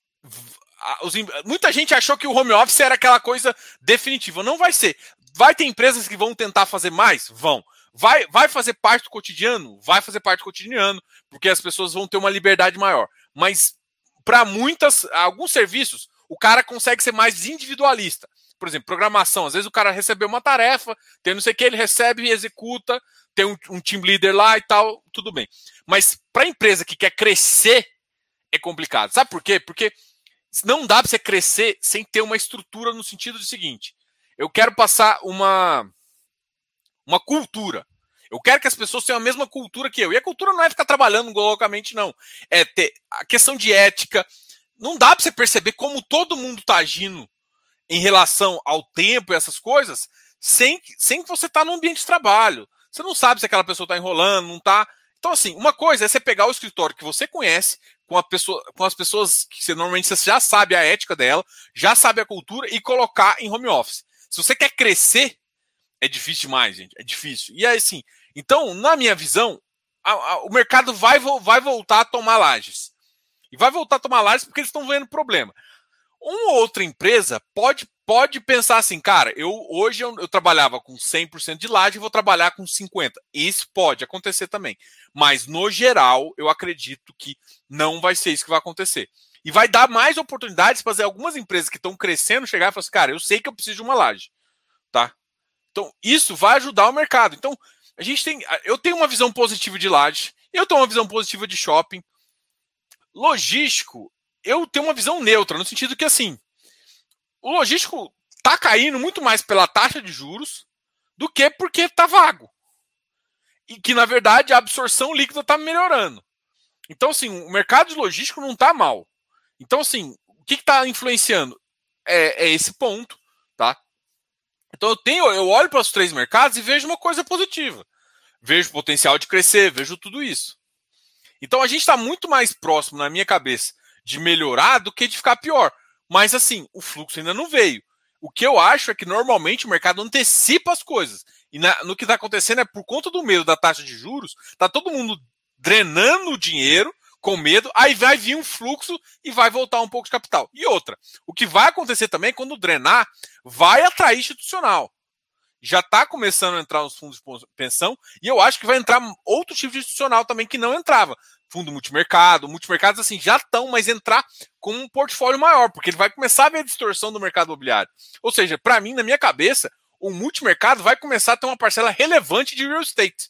A: os, muita gente achou que o home office era aquela coisa definitiva. Não vai ser. Vai ter empresas que vão tentar fazer mais? Vão. Vai, vai fazer parte do cotidiano? Vai fazer parte do cotidiano, porque as pessoas vão ter uma liberdade maior. Mas, para muitas, alguns serviços, o cara consegue ser mais individualista. Por exemplo, programação. Às vezes o cara recebeu uma tarefa, tem não sei o que, ele recebe e executa, tem um, um team leader lá e tal, tudo bem. Mas para a empresa que quer crescer, é complicado. Sabe por quê? Porque não dá para você crescer sem ter uma estrutura no sentido do seguinte: eu quero passar uma, uma cultura. Eu quero que as pessoas tenham a mesma cultura que eu. E a cultura não é ficar trabalhando loucamente, não. É ter a questão de ética. Não dá para você perceber como todo mundo está agindo em relação ao tempo e essas coisas, sem, sem que você está no ambiente de trabalho. Você não sabe se aquela pessoa está enrolando, não está. Então, assim, uma coisa é você pegar o escritório que você conhece, com, a pessoa, com as pessoas que você, normalmente você já sabe a ética dela, já sabe a cultura, e colocar em home office. Se você quer crescer, é difícil demais, gente. É difícil. E aí, assim, então, na minha visão, a, a, o mercado vai, vai voltar a tomar lajes. E vai voltar a tomar lajes porque eles estão vendo problema. Uma outra empresa pode, pode pensar assim, cara, eu hoje eu, eu trabalhava com cem por cento de laje e vou trabalhar com cinquenta por cento. Isso pode acontecer também. Mas, no geral, eu acredito que não vai ser isso que vai acontecer. E vai dar mais oportunidades para algumas empresas que estão crescendo chegar e falar assim, cara, eu sei que eu preciso de uma laje. Tá? Então, isso vai ajudar o mercado. Então, a gente tem. Eu tenho uma visão positiva de laje, eu tenho uma visão positiva de shopping. Logístico, eu tenho uma visão neutra, no sentido que, assim, o logístico está caindo muito mais pela taxa de juros do que porque está vago. E que, na verdade, a absorção líquida está melhorando. Então, assim, o mercado de logístico não está mal. Então, assim, o que está influenciando? É, é esse ponto, tá? Então, eu, tenho, eu olho para os três mercados e vejo uma coisa positiva. Vejo potencial de crescer, vejo tudo isso. Então, a gente está muito mais próximo, na minha cabeça, de melhorar do que de ficar pior. Mas, assim, o fluxo ainda não veio. O que eu acho é que, normalmente, o mercado antecipa as coisas. E na, no que está acontecendo é por conta do medo da taxa de juros, está todo mundo drenando o dinheiro com medo, aí vai vir um fluxo e vai voltar um pouco de capital. E outra, o que vai acontecer também, quando drenar, vai atrair institucional. Já está começando a entrar nos fundos de pensão, e eu acho que vai entrar outro tipo de institucional também que não entrava. Fundo multimercado, multimercados assim, já estão, mas entrar com um portfólio maior, porque ele vai começar a ver a distorção do mercado imobiliário. Ou seja, para mim, na minha cabeça, o multimercado vai começar a ter uma parcela relevante de real estate.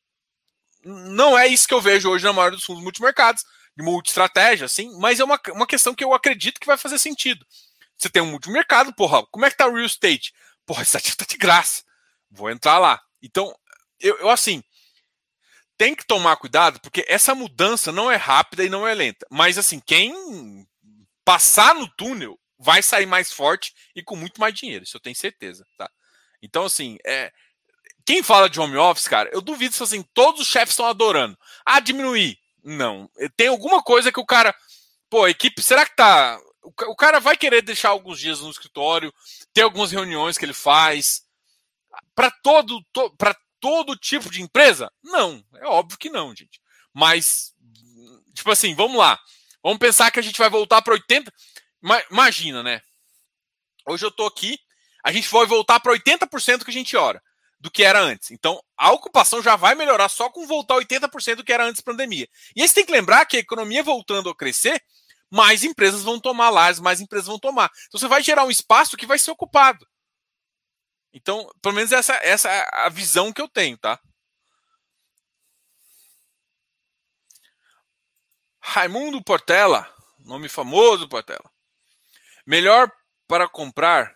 A: Não é isso que eu vejo hoje na maioria dos fundos multimercados, de multi-estratégia, assim, mas é uma, uma questão que eu acredito que vai fazer sentido. Você tem um multimercado, porra, como é que tá o real estate? Porra, esse ativo tá de graça. Vou entrar lá. Então, eu, eu assim, tem que tomar cuidado, porque essa mudança não é rápida e não é lenta. Mas, assim, quem passar no túnel vai sair mais forte e com muito mais dinheiro, isso eu tenho certeza, tá? Então, assim, é... quem fala de home office, cara, eu duvido se assim, todos os chefes estão adorando. Ah, diminuir. Não. Tem alguma coisa que o cara... Pô, a equipe, será que tá... O cara vai querer deixar alguns dias no escritório, ter algumas reuniões que ele faz. Para todo, to, para todo tipo de empresa? Não. É óbvio que não, gente. Mas, tipo assim, vamos lá. Vamos pensar que a gente vai voltar para oitenta... Imagina, né? Hoje eu tô aqui, a gente vai voltar para oitenta por cento que a gente ora do que era antes. Então, a ocupação já vai melhorar só com voltar oitenta por cento do que era antes da pandemia. E aí você tem que lembrar que a economia voltando a crescer, mais empresas vão tomar lares, mais empresas vão tomar. Então, você vai gerar um espaço que vai ser ocupado. Então, pelo menos essa, essa é a visão que eu tenho, tá? Raimundo Portela, nome famoso, Portela. Melhor para comprar...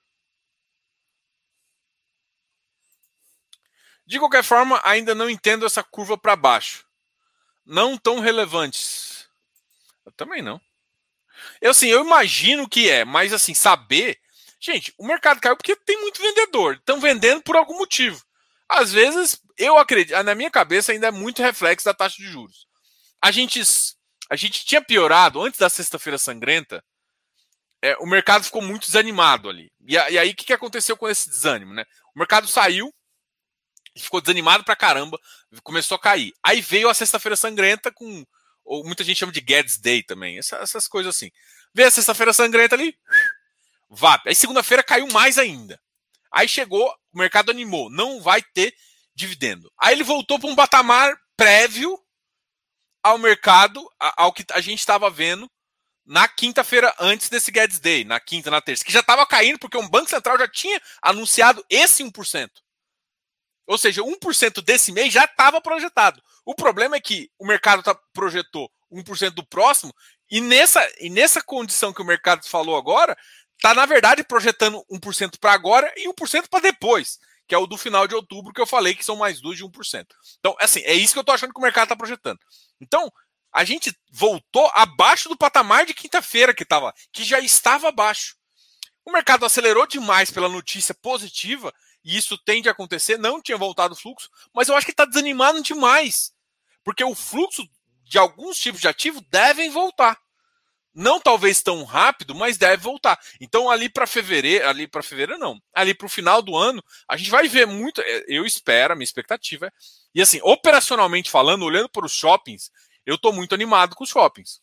A: De qualquer forma, ainda não entendo essa curva para baixo. Não tão relevantes. Eu também não. Eu, assim, eu imagino que é, mas assim, saber... Gente, o mercado caiu porque tem muito vendedor. Estão vendendo por algum motivo. Às vezes, eu acredito... Na minha cabeça, ainda é muito reflexo da taxa de juros. A gente, a gente tinha piorado, antes da sexta-feira sangrenta, é, o mercado ficou muito desanimado ali. E, e aí, o que, que aconteceu com esse desânimo, né? O mercado saiu, ficou desanimado pra caramba, começou a cair. Aí veio a sexta-feira sangrenta com... Ou muita gente chama de Guedes Day também. Essas, essas coisas assim. Veio a sexta-feira sangrenta ali, V A P. Aí segunda-feira caiu mais ainda. Aí chegou, o mercado animou. Não vai ter dividendo. Aí ele voltou para um patamar prévio ao mercado, ao que a gente estava vendo na quinta-feira antes desse Guedes Day. Na quinta, na terça. Que já estava caindo porque o Banco Central já tinha anunciado esse um por cento. Ou seja, um por cento desse mês já estava projetado. O problema é que o mercado tá, projetou um por cento do próximo, e nessa, e nessa condição que o mercado falou agora, está, na verdade, projetando um por cento para agora e um por cento para depois, que é o do final de outubro, que eu falei que são mais dois de um por cento. Então, assim, é isso que eu estou achando que o mercado está projetando. Então, a gente voltou abaixo do patamar de quinta-feira que, tava, que já estava abaixo. O mercado acelerou demais pela notícia positiva, e isso tende a acontecer, não tinha voltado o fluxo, mas eu acho que está desanimado demais. Porque o fluxo de alguns tipos de ativo devem voltar. Não talvez tão rápido, mas deve voltar. Então, ali para fevereiro, ali para fevereiro não, ali para o final do ano, a gente vai ver muito, eu espero, a minha expectativa é, e assim, operacionalmente falando, olhando para os shoppings, eu estou muito animado com os shoppings.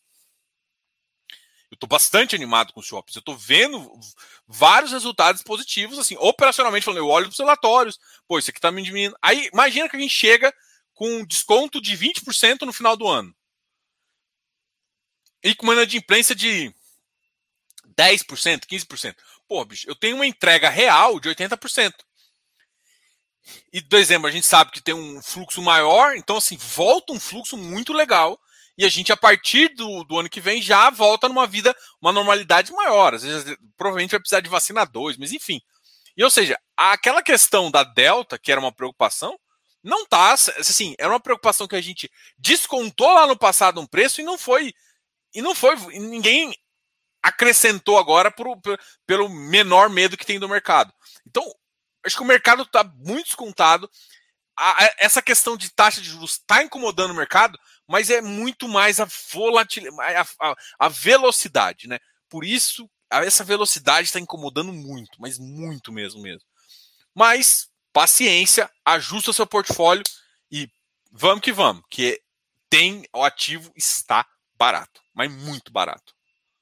A: Eu estou bastante animado com os shoppings. Eu estou vendo vários resultados positivos, assim, operacionalmente falando. Eu olho para os relatórios, pô, isso aqui está me diminuindo. Aí, imagina que a gente chega com um desconto de vinte por cento no final do ano. E com uma inadimplência de dez por cento, quinze por cento. Pô, bicho, eu tenho uma entrega real de oitenta por cento. E em dezembro a gente sabe que tem um fluxo maior, então, assim, volta um fluxo muito legal. E a gente, a partir do, do ano que vem, já volta numa vida, uma normalidade maior. Às vezes, provavelmente vai precisar de vacina dois, mas enfim. E, ou seja, aquela questão da delta, que era uma preocupação, não tá, assim, era uma preocupação que a gente descontou lá no passado um preço e não foi, e não foi, ninguém acrescentou agora por, por, pelo menor medo que tem do mercado. Então, acho que o mercado está muito descontado. A, a, essa questão de taxa de juros está incomodando o mercado, mas é muito mais a volatilidade, a, a, a velocidade, né? Por isso, essa velocidade está incomodando muito, mas muito mesmo mesmo. Mas, paciência, ajusta o seu portfólio e vamos que vamos, que tem, o ativo está barato, mas muito barato.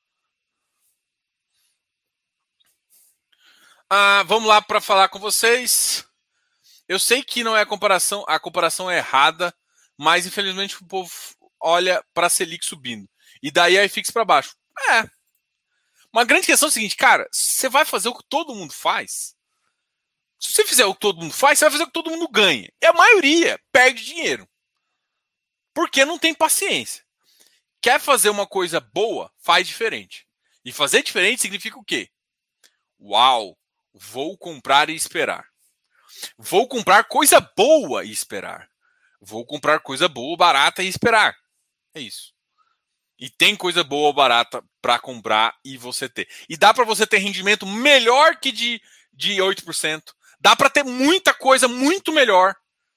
A: Ah, vamos lá para falar com vocês. Eu sei que não é a comparação, a comparação é errada, mas infelizmente o povo olha para a Selic subindo. E daí a I F I X para baixo. É. Uma grande questão é o seguinte, cara, você vai fazer o que todo mundo faz? Se você fizer o que todo mundo faz, você vai fazer o que todo mundo ganha. E a maioria perde dinheiro. Porque não tem paciência. Quer fazer uma coisa boa, faz diferente. E fazer diferente significa o quê? Uau, vou comprar e esperar. Vou comprar coisa boa e esperar. Vou comprar coisa boa, barata e esperar. É isso. E tem coisa boa ou barata para comprar e você ter. E dá para você ter rendimento melhor que de, de oito por cento. Dá para ter muita coisa muito melhor.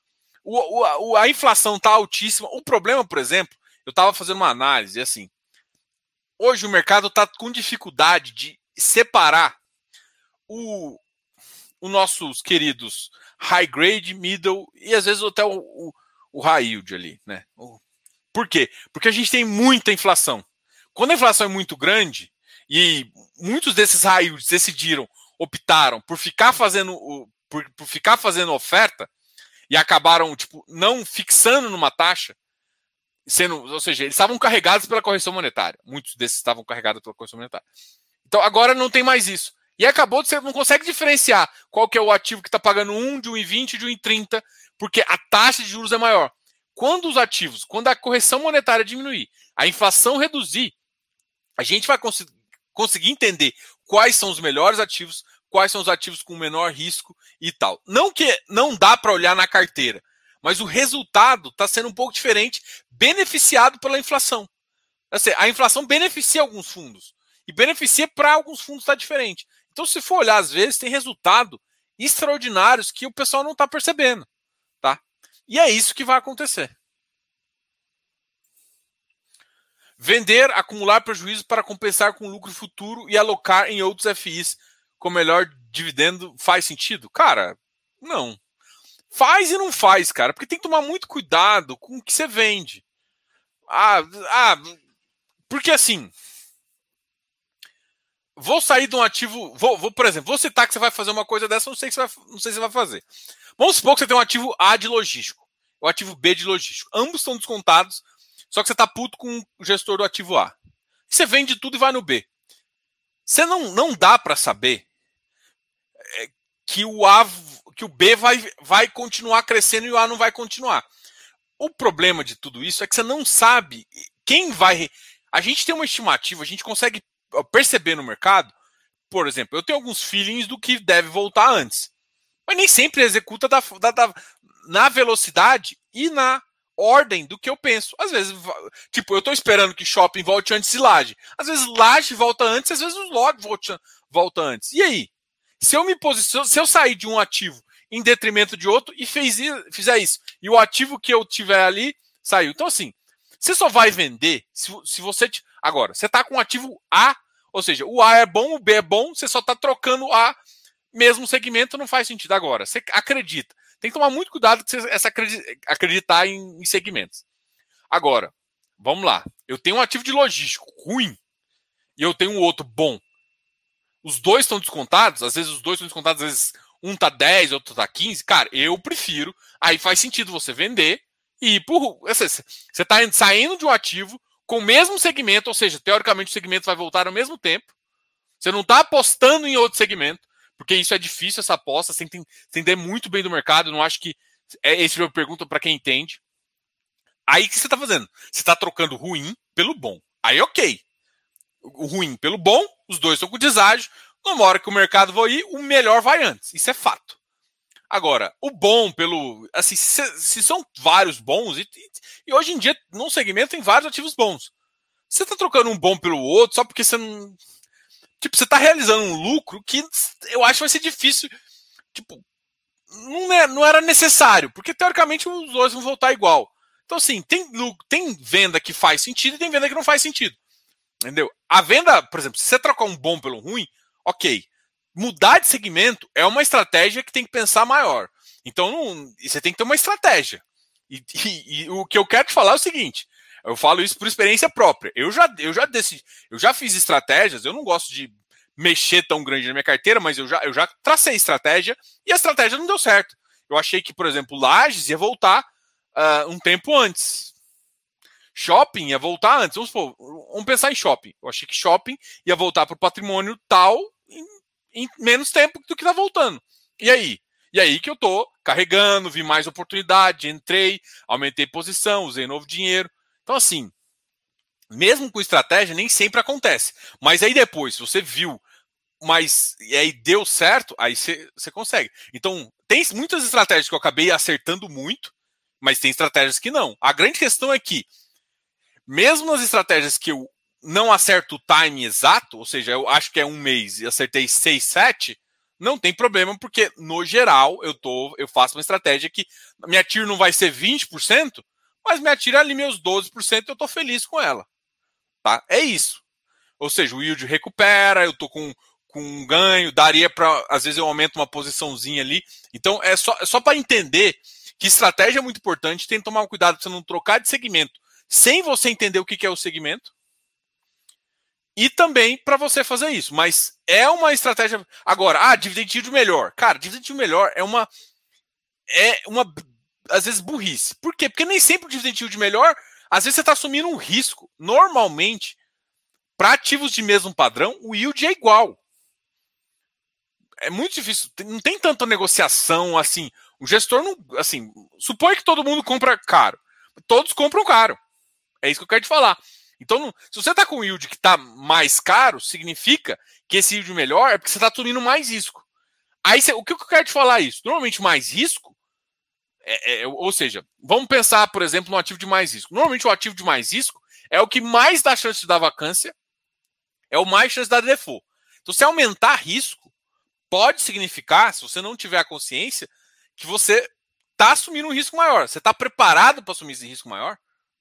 A: O, o, a inflação está altíssima. O problema, por exemplo, eu estava fazendo uma análise assim. Hoje o mercado está com dificuldade de separar o, os nossos queridos high grade, middle e às vezes até o, o, o high yield ali, né? Por quê? Porque a gente tem muita inflação. Quando a inflação é muito grande e muitos desses high yields decidiram, optaram por ficar fazendo por, por ficar fazendo oferta e acabaram tipo não fixando numa taxa, sendo, ou seja, eles estavam carregados pela correção monetária. Muitos desses estavam carregados pela correção monetária. Então agora não tem mais isso. E acabou de você não consegue diferenciar qual que é o ativo que está pagando um, de um e vinte, de um e trinta, porque a taxa de juros é maior. Quando os ativos, quando a correção monetária diminuir, a inflação reduzir, a gente vai cons- conseguir entender quais são os melhores ativos, quais são os ativos com menor risco e tal. Não que não dá para olhar na carteira, mas o resultado está sendo um pouco diferente, beneficiado pela inflação. Assim, a inflação beneficia alguns fundos e beneficia para alguns fundos está diferente. Então, se for olhar, às vezes, tem resultado extraordinários que o pessoal não está percebendo. Tá? E é isso que vai acontecer. Vender, acumular prejuízo para compensar com lucro futuro e alocar em outros F Is com melhor dividendo faz sentido? Cara, não. Faz e não faz, cara, porque tem que tomar muito cuidado com o que você vende. Ah, ah porque assim... Vou sair de um ativo. Vou, vou, por exemplo, vou citar que você vai fazer uma coisa dessa, não sei se você vai, não sei se você vai fazer. Vamos supor que você tem um ativo A de logístico, o ativo B de logístico. Ambos estão descontados, só que você está puto com o gestor do ativo A. Você vende tudo e vai no B. Você não, não dá para saber que o A, que o B vai, vai continuar crescendo e o A não vai continuar. O problema de tudo isso é que você não sabe quem vai. A gente tem uma estimativa, a gente consegue perceber no mercado, por exemplo, eu tenho alguns feelings do que deve voltar antes, mas nem sempre executa da, da, da, na velocidade e na ordem do que eu penso. Às vezes, tipo, eu estou esperando que shopping volte antes de laje. Às vezes laje volta antes, às vezes o log volta, volta antes. E aí? Se eu me posiciono, se eu sair de um ativo em detrimento de outro e fez, fizer isso, e o ativo que eu tiver ali saiu. Então, assim, você só vai vender se, se você... Agora, você está com um ativo A, ou seja, o A é bom, o B é bom, você só está trocando o A, mesmo segmento, não faz sentido. Agora, você acredita. Tem que tomar muito cuidado com essa acreditar em, em segmentos. Agora, vamos lá. Eu tenho um ativo de logístico ruim e eu tenho um outro bom. Os dois estão descontados, às vezes os dois estão descontados, às vezes um tá dez, outro tá quinze. Cara, eu prefiro. Aí faz sentido você vender e ir por. Você está saindo de um ativo com o mesmo segmento, ou seja, teoricamente o segmento vai voltar ao mesmo tempo. Você não está apostando em outro segmento, porque isso é difícil, essa aposta. Você tem que entender muito bem do mercado. Não acho que. É, esse é uma pergunta para quem entende. Aí o que você está fazendo? Você está trocando o ruim pelo bom. Aí ok. O ruim pelo bom, os dois estão com deságio. Numa hora que o mercado vai ir, o melhor vai antes. Isso é fato. Agora, o bom pelo. Assim, se, se são vários bons, e, e hoje em dia, num segmento, tem vários ativos bons. Você está trocando um bom pelo outro só porque você não. Tipo, você está realizando um lucro que eu acho que vai ser difícil. Tipo, não, é, não era necessário, porque teoricamente os dois vão voltar igual. Então, assim, tem, tem venda que faz sentido e tem venda que não faz sentido. Entendeu? A venda, por exemplo, se você trocar um bom pelo ruim, ok. Mudar de segmento é uma estratégia que tem que pensar maior. Então, não, você tem que ter uma estratégia. E, e, e o que eu quero te falar é o seguinte: eu falo isso por experiência própria. Eu já, eu já decidi, eu já fiz estratégias, eu não gosto de mexer tão grande na minha carteira, mas eu já, eu já tracei estratégia e a estratégia não deu certo. Eu achei que, por exemplo, Lages ia voltar uh, um tempo antes. Shopping ia voltar antes. Vamos, supor, vamos pensar em shopping. Eu achei que shopping ia voltar para o patrimônio tal em, em menos tempo do que está voltando. E aí? E aí que eu tô carregando, vi mais oportunidade, entrei, aumentei posição, usei novo dinheiro. Então, assim, mesmo com estratégia, nem sempre acontece. Mas aí depois, se você viu, mas e aí deu certo, aí você, você consegue. Então, tem muitas estratégias que eu acabei acertando muito, mas tem estratégias que não. A grande questão é que, mesmo nas estratégias que eu não acerto o time exato, ou seja, eu acho que é um mês e acertei seis, sete, não tem problema, porque no geral eu, tô, eu faço uma estratégia que minha T I R não vai ser vinte por cento, mas minha T I R ali meus doze por cento eu estou feliz com ela. Tá? É isso. Ou seja, o yield recupera, eu estou com, com um ganho, daria para, às vezes eu aumento uma posiçãozinha ali. Então é só, é só para entender que estratégia é muito importante, tem que tomar um cuidado para você não trocar de segmento sem você entender o que é o segmento. E também para você fazer isso. Mas é uma estratégia. Agora, ah, dividend yield melhor. Cara, dividend yield melhor é uma. É uma. Às vezes burrice. Por quê? Porque nem sempre o dividend yield melhor, às vezes você está assumindo um risco. Normalmente, para ativos de mesmo padrão, o yield é igual. É muito difícil. Não tem tanta negociação assim. O gestor não. Assim, supõe que todo mundo compra caro. Todos compram caro. É isso que eu quero te falar. Então, não, se você está com um yield que está mais caro, significa que esse yield melhor é porque você está assumindo mais risco. Aí, você, o que eu quero te falar é isso? Normalmente, mais risco, é, é, ou seja, vamos pensar, por exemplo, no ativo de mais risco. Normalmente, o ativo de mais risco é o que mais dá chance de dar vacância, é o mais chance de dar default. Então, se aumentar risco, pode significar, se você não tiver a consciência, que você está assumindo um risco maior. Você está preparado para assumir esse risco maior?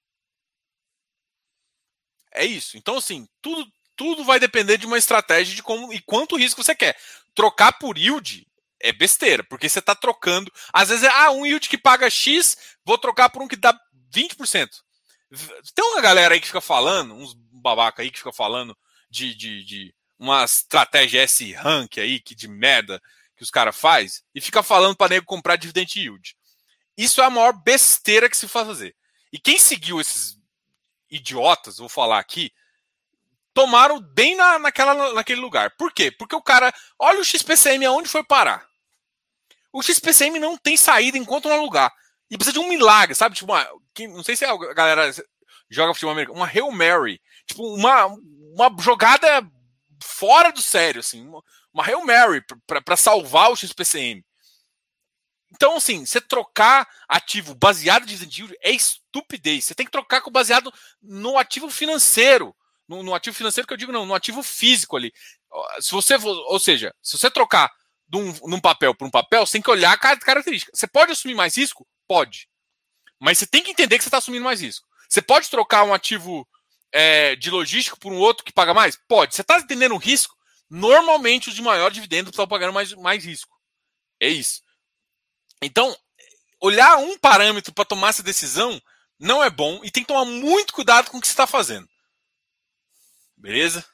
A: É isso. Então, assim, tudo, tudo vai depender de uma estratégia de como e quanto risco você quer. Trocar por yield é besteira, porque você está trocando. Às vezes é ah, um yield que paga X, vou trocar por um que dá vinte por cento. Tem uma galera aí que fica falando, uns babaca aí que fica falando de, de, de uma estratégia S-Rank aí, que de merda que os caras fazem, e fica falando para nego comprar dividend yield. Isso é a maior besteira que se faz fazer. E quem seguiu esses idiotas, vou falar aqui, tomaram bem na, naquela, naquele lugar. Por quê? Porque o cara, olha o X P C M aonde foi parar. O X P C M não tem saída enquanto não lugar. E precisa de um milagre, sabe? Tipo, uma, não sei se a galera joga futebol americano, uma Hail Mary. Tipo, uma, uma jogada fora do sério, assim. Uma, uma Hail Mary para salvar o X P C M. Então, assim, você trocar ativo baseado em dividend yield é estupidez. Você tem que trocar com baseado no ativo financeiro. No, no ativo financeiro que eu digo, não, no ativo físico ali. Se você, ou seja, se você trocar de um, num papel por um papel, você tem que olhar a característica. Você pode assumir mais risco? Pode. Mas você tem que entender que você está assumindo mais risco. Você pode trocar um ativo é, de logístico por um outro que paga mais? Pode. Você está entendendo o risco? Normalmente os de maior dividendo estão pagando mais, mais risco. É isso. Então, olhar um parâmetro para tomar essa decisão não é bom e tem que tomar muito cuidado com o que você está fazendo. Beleza?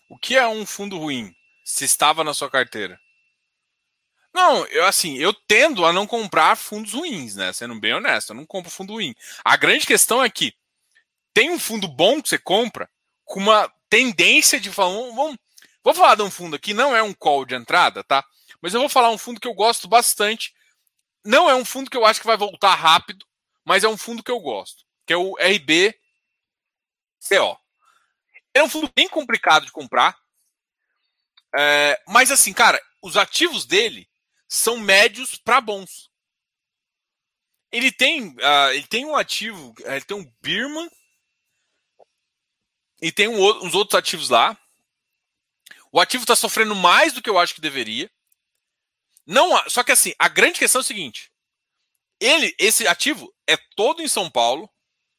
A: O que é um fundo ruim? Se estava na sua carteira. Não, eu assim, eu tendo a não comprar fundos ruins, né? Sendo bem honesto, eu não compro fundo ruim. A grande questão é que tem um fundo bom que você compra com uma tendência de falar, vamos, vou falar de um fundo aqui, não é um call de entrada, tá? Mas eu vou falar um fundo que eu gosto bastante. Não é um fundo que eu acho que vai voltar rápido, mas é um fundo que eu gosto, que é o R B C O. É um fundo bem complicado de comprar, é, mas assim, cara, os ativos dele são médios para bons. Ele tem, uh, ele tem um ativo, ele tem um Birman e tem um, uns outros ativos lá. O ativo está sofrendo mais do que eu acho que deveria. Não, só que assim, a grande questão é o seguinte: ele, esse ativo é todo em São Paulo,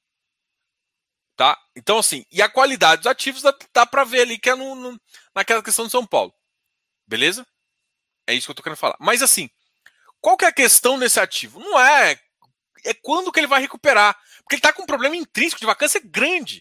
A: tá? Então assim, e a qualidade dos ativos dá, dá para ver ali que é no, no, naquela questão de São Paulo, beleza? É isso que eu tô querendo falar. Mas assim, qual que é a questão desse ativo? Não é, é quando que ele vai recuperar, porque ele tá com um problema intrínseco de vacância grande.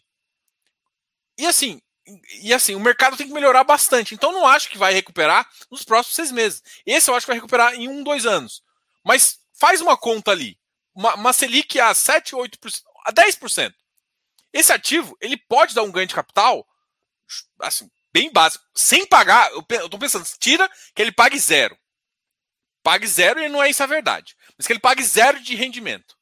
A: E assim, e assim, o mercado tem que melhorar bastante. Então não acho que vai recuperar nos próximos seis meses. Esse eu acho que vai recuperar em um, dois anos. Mas faz uma conta ali. Uma, uma Selic a sete, oito por cento, a dez por cento. Esse ativo, ele pode dar um ganho de capital, assim, bem básico, sem pagar. Eu, eu tô pensando, tira que ele pague zero. Pague zero e não é isso a verdade. Mas que ele pague zero de rendimento.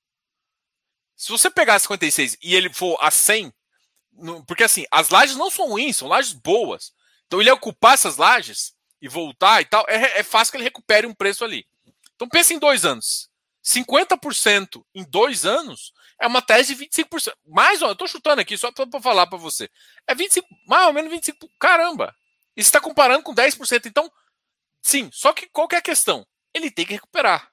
A: Se você pegar cinquenta e seis e ele for a cem, porque assim, as lajes não são ruins, são lajes boas. Então ele ocupar essas lajes e voltar e tal, é, é fácil que ele recupere um preço ali. Então pensa em dois anos. cinquenta por cento em dois anos é uma tese de vinte e cinco por cento. Mais, ó, eu tô chutando aqui só para falar para você. É vinte e cinco, mais ou menos vinte e cinco por cento. Caramba! E você está comparando com dez por cento. Então, sim, só que qual que é a questão? Ele tem que recuperar.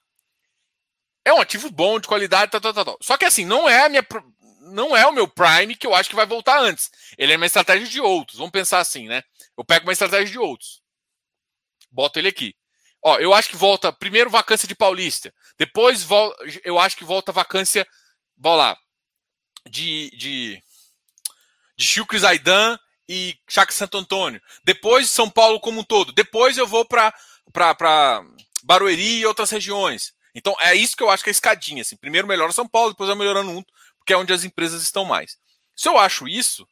A: É um ativo bom, de qualidade, tal, tal, tal, tal. Só que assim, não é a minha... não é o meu prime que eu acho que vai voltar antes. Ele é uma estratégia de outros. Vamos pensar assim, né? Eu pego uma estratégia de outros. Boto ele aqui. Ó, eu acho que volta primeiro vacância de Paulista. Depois vol- eu acho que volta vacância, vamos lá, de, de, de Chucre Zaidan e Chácara Santo Antônio. Depois São Paulo como um todo. Depois eu vou para Barueri e outras regiões. Então é isso que eu acho que é a escadinha. Assim. Primeiro melhora São Paulo, depois vai melhorando um, porque é onde as empresas estão mais. Se eu acho isso,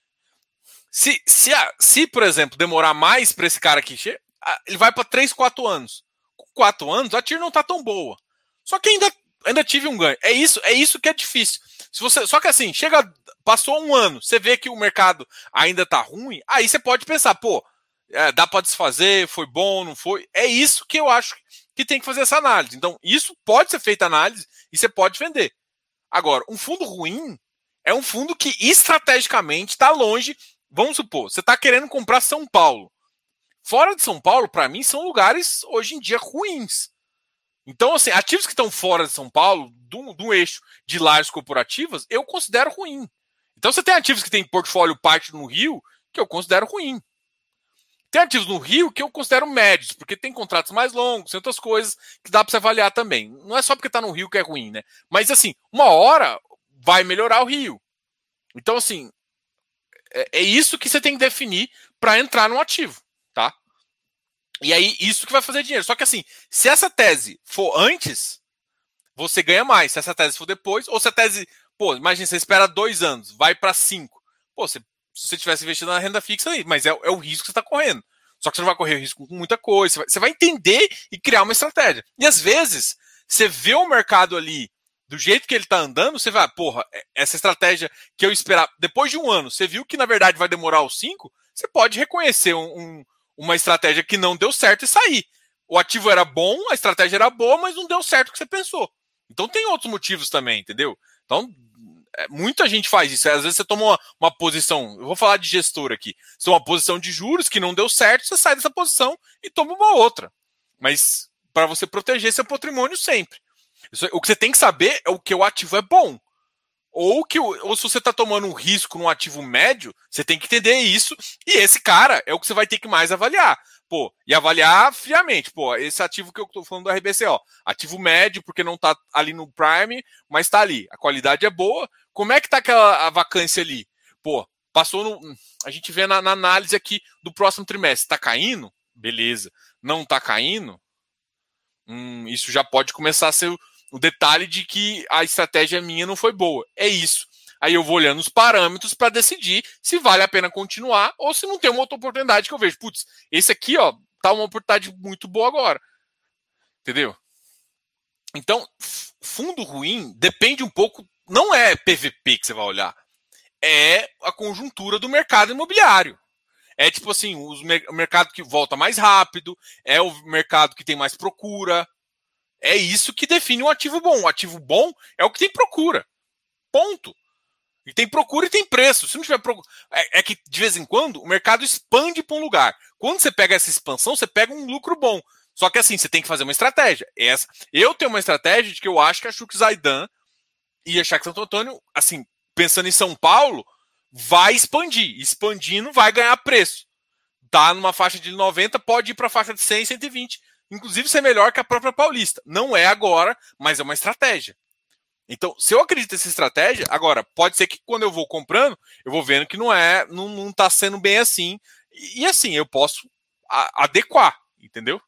A: se, se, se por exemplo, demorar mais para esse cara aqui, ele vai para três, quatro anos. Com quatro anos, a T I R não está tão boa. Só que ainda, ainda tive um ganho. É isso, é isso que é difícil. Se você, só que assim, chega, passou um ano, você vê que o mercado ainda está ruim, aí você pode pensar, pô, é, dá para desfazer, foi bom, não foi. É isso que eu acho que tem que fazer essa análise. Então, isso pode ser feita análise e você pode vender. Agora, um fundo ruim é um fundo que estrategicamente está longe. Vamos supor, você está querendo comprar São Paulo. Fora de São Paulo, para mim, são lugares hoje em dia ruins. Então, assim, ativos que estão fora de São Paulo, do, do eixo de lajes corporativas, eu considero ruim. Então, você tem ativos que tem portfólio parte no Rio, que eu considero ruim. Tem ativos no Rio que eu considero médios, porque tem contratos mais longos, tem outras coisas que dá para você avaliar também. Não é só porque está no Rio que é ruim, né? Mas, assim, uma hora vai melhorar o Rio. Então, assim, é, é isso que você tem que definir para entrar no ativo, tá? E aí, isso que vai fazer dinheiro. Só que, assim, se essa tese for antes, você ganha mais. Se essa tese for depois, ou se a tese, pô, imagina, você espera dois anos, vai para cinco. Pô, você se você tivesse investido na renda fixa aí, mas é, é o risco que você está correndo. Só que você não vai correr risco com muita coisa. Você vai, você vai entender e criar uma estratégia. E às vezes, você vê o mercado ali do jeito que ele está andando, você vai, porra, essa estratégia que eu esperava. Depois de um ano, você viu que na verdade vai demorar os cinco, você pode reconhecer um, um, uma estratégia que não deu certo e sair. O ativo era bom, a estratégia era boa, mas não deu certo o que você pensou. Então tem outros motivos também, entendeu? Então, muita gente faz isso. Às vezes você toma uma, uma posição, eu vou falar de gestor aqui, você toma uma posição de juros que não deu certo, você sai dessa posição e toma uma outra. Mas para você proteger seu patrimônio sempre. Isso, o que você tem que saber é o que o ativo é bom. Ou, que, ou se você está tomando um risco num ativo médio, você tem que entender isso. E esse cara é o que você vai ter que mais avaliar. Pô, e avaliar friamente. Pô, esse ativo que eu estou falando do R B C, ó, ativo médio, porque não está ali no Prime, mas está ali. A qualidade é boa. Como é que está aquela a vacância ali? Pô, Passou no. A gente vê na, na análise aqui do próximo trimestre. Está caindo? Beleza. Não está caindo? Hum, isso já pode começar a ser o, o detalhe de que a estratégia minha não foi boa. É isso. Aí eu vou olhando os parâmetros para decidir se vale a pena continuar ou se não tem uma outra oportunidade que eu vejo. Putz, esse aqui, ó, tá uma oportunidade muito boa agora. Entendeu? Então, fundo ruim depende um pouco. Não é P V P que você vai olhar. É a conjuntura do mercado imobiliário. É tipo assim, os, o mercado que volta mais rápido, é o mercado que tem mais procura. É isso que define um ativo bom. Um ativo bom é o que tem procura. Ponto. E tem procura e tem preço. Se não tiver procura. É, é que de vez em quando o mercado expande para um lugar. Quando você pega essa expansão, você pega um lucro bom. Só que assim, você tem que fazer uma estratégia. Essa, eu tenho uma estratégia de que eu acho que a Chuck Zaidan e a Chac Santo Antônio, assim, pensando em São Paulo, vai expandir. Expandindo, vai ganhar preço. Tá numa faixa de noventa, pode ir para a faixa de cem, cento e vinte. Inclusive ser melhor que a própria Paulista. Não é agora, mas é uma estratégia. Então, se eu acredito nessa estratégia, agora, pode ser que quando eu vou comprando, eu vou vendo que não é, não, não tá sendo bem assim. E, e assim, eu posso a, adequar, entendeu?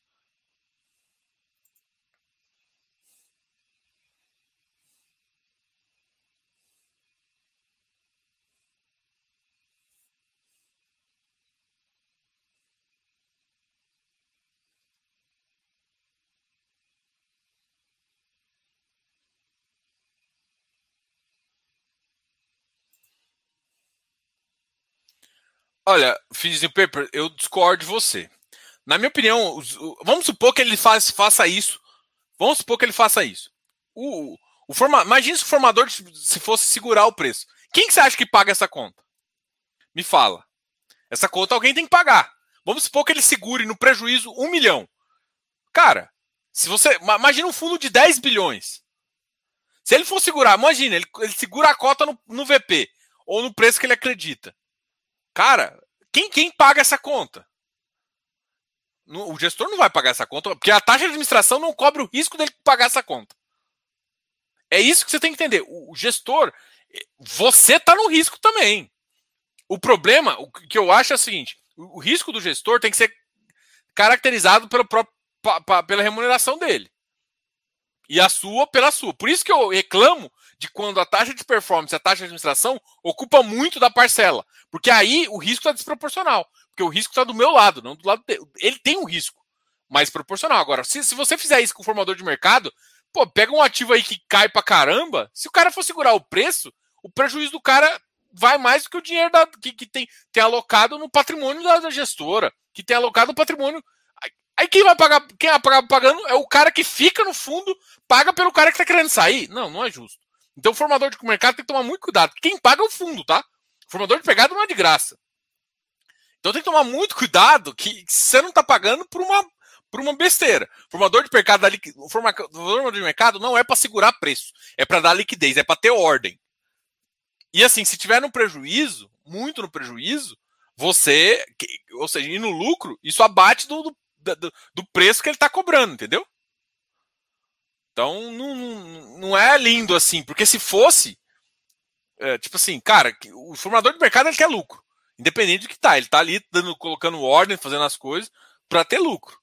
A: Olha, Fizzy Paper, eu discordo de você. Na minha opinião, os, o, vamos supor que ele faz, faça isso. Vamos supor que ele faça isso. O, o forma, imagina se o formador se fosse segurar o preço. Quem que você acha que paga essa conta? Me fala. Essa conta alguém tem que pagar. Vamos supor que ele segure no prejuízo um milhão. Cara, se você. Imagina um fundo de dez bilhões. Se ele for segurar, imagina, ele, ele segura a cota no, no V P ou no preço que ele acredita. Cara, quem, quem paga essa conta? O gestor não vai pagar essa conta, porque a taxa de administração não cobre o risco dele pagar essa conta. É isso que você tem que entender. O, o gestor, você está no risco também. O problema, o que eu acho é o seguinte: o, o risco do gestor tem que ser caracterizado pelo próprio, pa, pa, pela remuneração dele. E a sua pela sua. Por isso que eu reclamo de quando a taxa de performance e a taxa de administração ocupa muito da parcela. Porque aí o risco está desproporcional. Porque o risco está do meu lado, não do lado dele. Ele tem um risco mais proporcional. Agora, se, se você fizer isso com o formador de mercado, pô, pega um ativo aí que cai pra caramba, se o cara for segurar o preço, o prejuízo do cara vai mais do que o dinheiro da, que, que tem, tem alocado no patrimônio da, da gestora, que tem alocado no patrimônio. Aí quem vai pagar, quem vai pagar pagando é o cara que fica no fundo, paga pelo cara que tá querendo sair. Não, não é justo. Então o formador de mercado tem que tomar muito cuidado. Quem paga é o fundo, tá? O formador de pegada não é de graça. Então tem que tomar muito cuidado que você não tá pagando por uma, por uma besteira. O formador de mercado, o formador de mercado não é para segurar preço, é para dar liquidez, é para ter ordem. E assim, se tiver no prejuízo, muito no prejuízo, você, ou seja, ir no lucro, isso abate do, do Do, do preço que ele está cobrando, entendeu? Então, não, não, não é lindo assim, porque se fosse, é, tipo assim, cara, o formador de mercado ele quer lucro, independente do que tá, ele tá ali dando, colocando ordem, fazendo as coisas para ter lucro.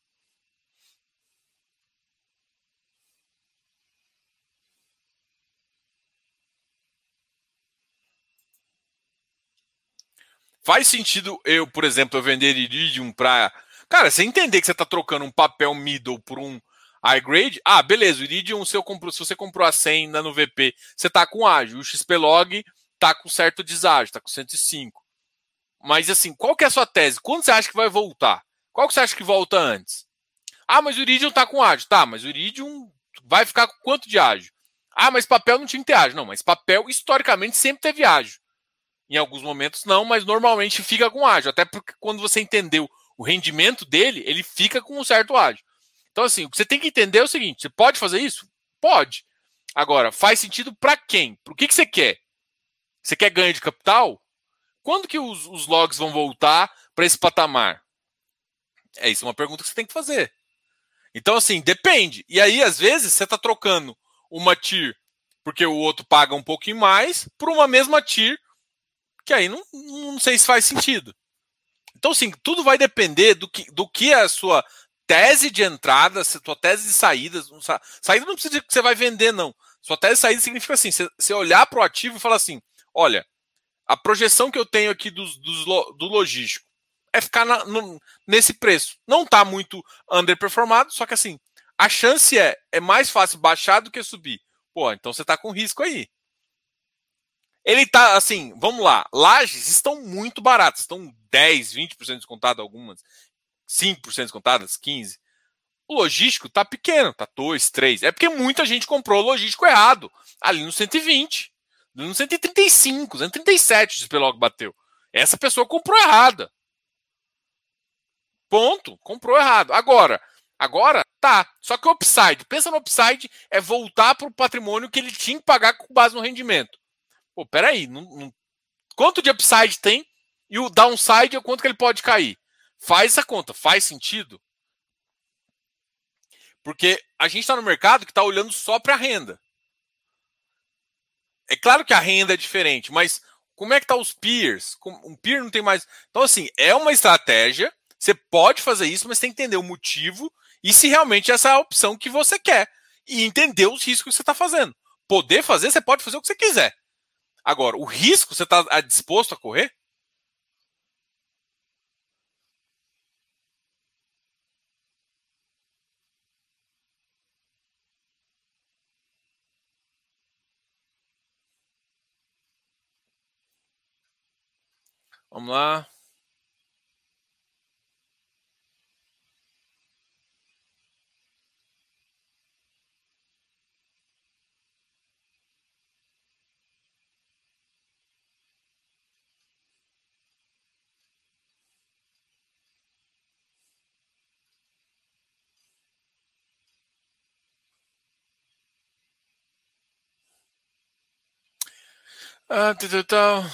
A: Faz sentido eu, por exemplo, eu vender Iridium para, cara, você entender que você está trocando um papel middle por um high grade, ah, beleza, o Iridium, se, eu compro, se você comprou a cem no V P, você está com ágio, o X P log está com certo deságio, está com cento e cinco. Mas assim, qual que é a sua tese? Quando você acha que vai voltar? Qual que você acha que volta antes? Ah, mas o Iridium está com ágio. Tá, mas o Iridium vai ficar com quanto de ágio? Ah, mas papel não tinha que ter ágio. Não, mas papel historicamente sempre teve ágio. Em alguns momentos não, mas normalmente fica com ágio. Até porque quando você entendeu o rendimento dele, ele fica com um certo ágio. Então, assim, o que você tem que entender é o seguinte: você pode fazer isso? Pode. Agora, faz sentido para quem? Para o que, que você quer? Você quer ganho de capital? Quando que os, os logs vão voltar para esse patamar? É isso, uma pergunta que você tem que fazer. Então, assim, depende. E aí, às vezes, você está trocando uma tier porque o outro paga um pouquinho mais por uma mesma tier que aí não, não sei se faz sentido. Então, assim, tudo vai depender do que, do que é a sua tese de entrada, a sua tese de saída. Saída não precisa dizer que você vai vender, não. Sua tese de saída significa assim, você, você olhar para o ativo e falar assim, olha, a projeção que eu tenho aqui dos, dos, do logístico é ficar na, no, nesse preço. Não está muito underperformado, só que assim, a chance é, é mais fácil baixar do que subir. Pô, então você está com risco aí. Ele tá assim, vamos lá, lajes estão muito baratas, estão dez, vinte por cento descontadas algumas, cinco por cento descontadas, quinze por cento. O logístico tá pequeno, tá dois, três. É porque muita gente comprou o logístico errado, ali no cento e vinte, no cento e trinta e cinco, cento e trinta e sete, o X P logo bateu. Essa pessoa comprou errada. Ponto, comprou errado. Agora, agora tá, só que o upside, pensa no upside, é voltar para o patrimônio que ele tinha que pagar com base no rendimento. Pô, peraí, não, não, quanto de upside tem e o downside é quanto que ele pode cair? Faz essa conta, faz sentido? Porque a gente está no mercado que está olhando só para a renda. É claro que a renda é diferente, mas como é que tá os peers? Um peer não tem mais... Então, assim, é uma estratégia, você pode fazer isso, mas tem que entender o motivo e se realmente essa é a opção que você quer. E entender os riscos que você está fazendo. Poder fazer, você pode fazer o que você quiser. Agora, o risco, você está disposto a correr? Vamos lá. Ah, tal, tal, tal.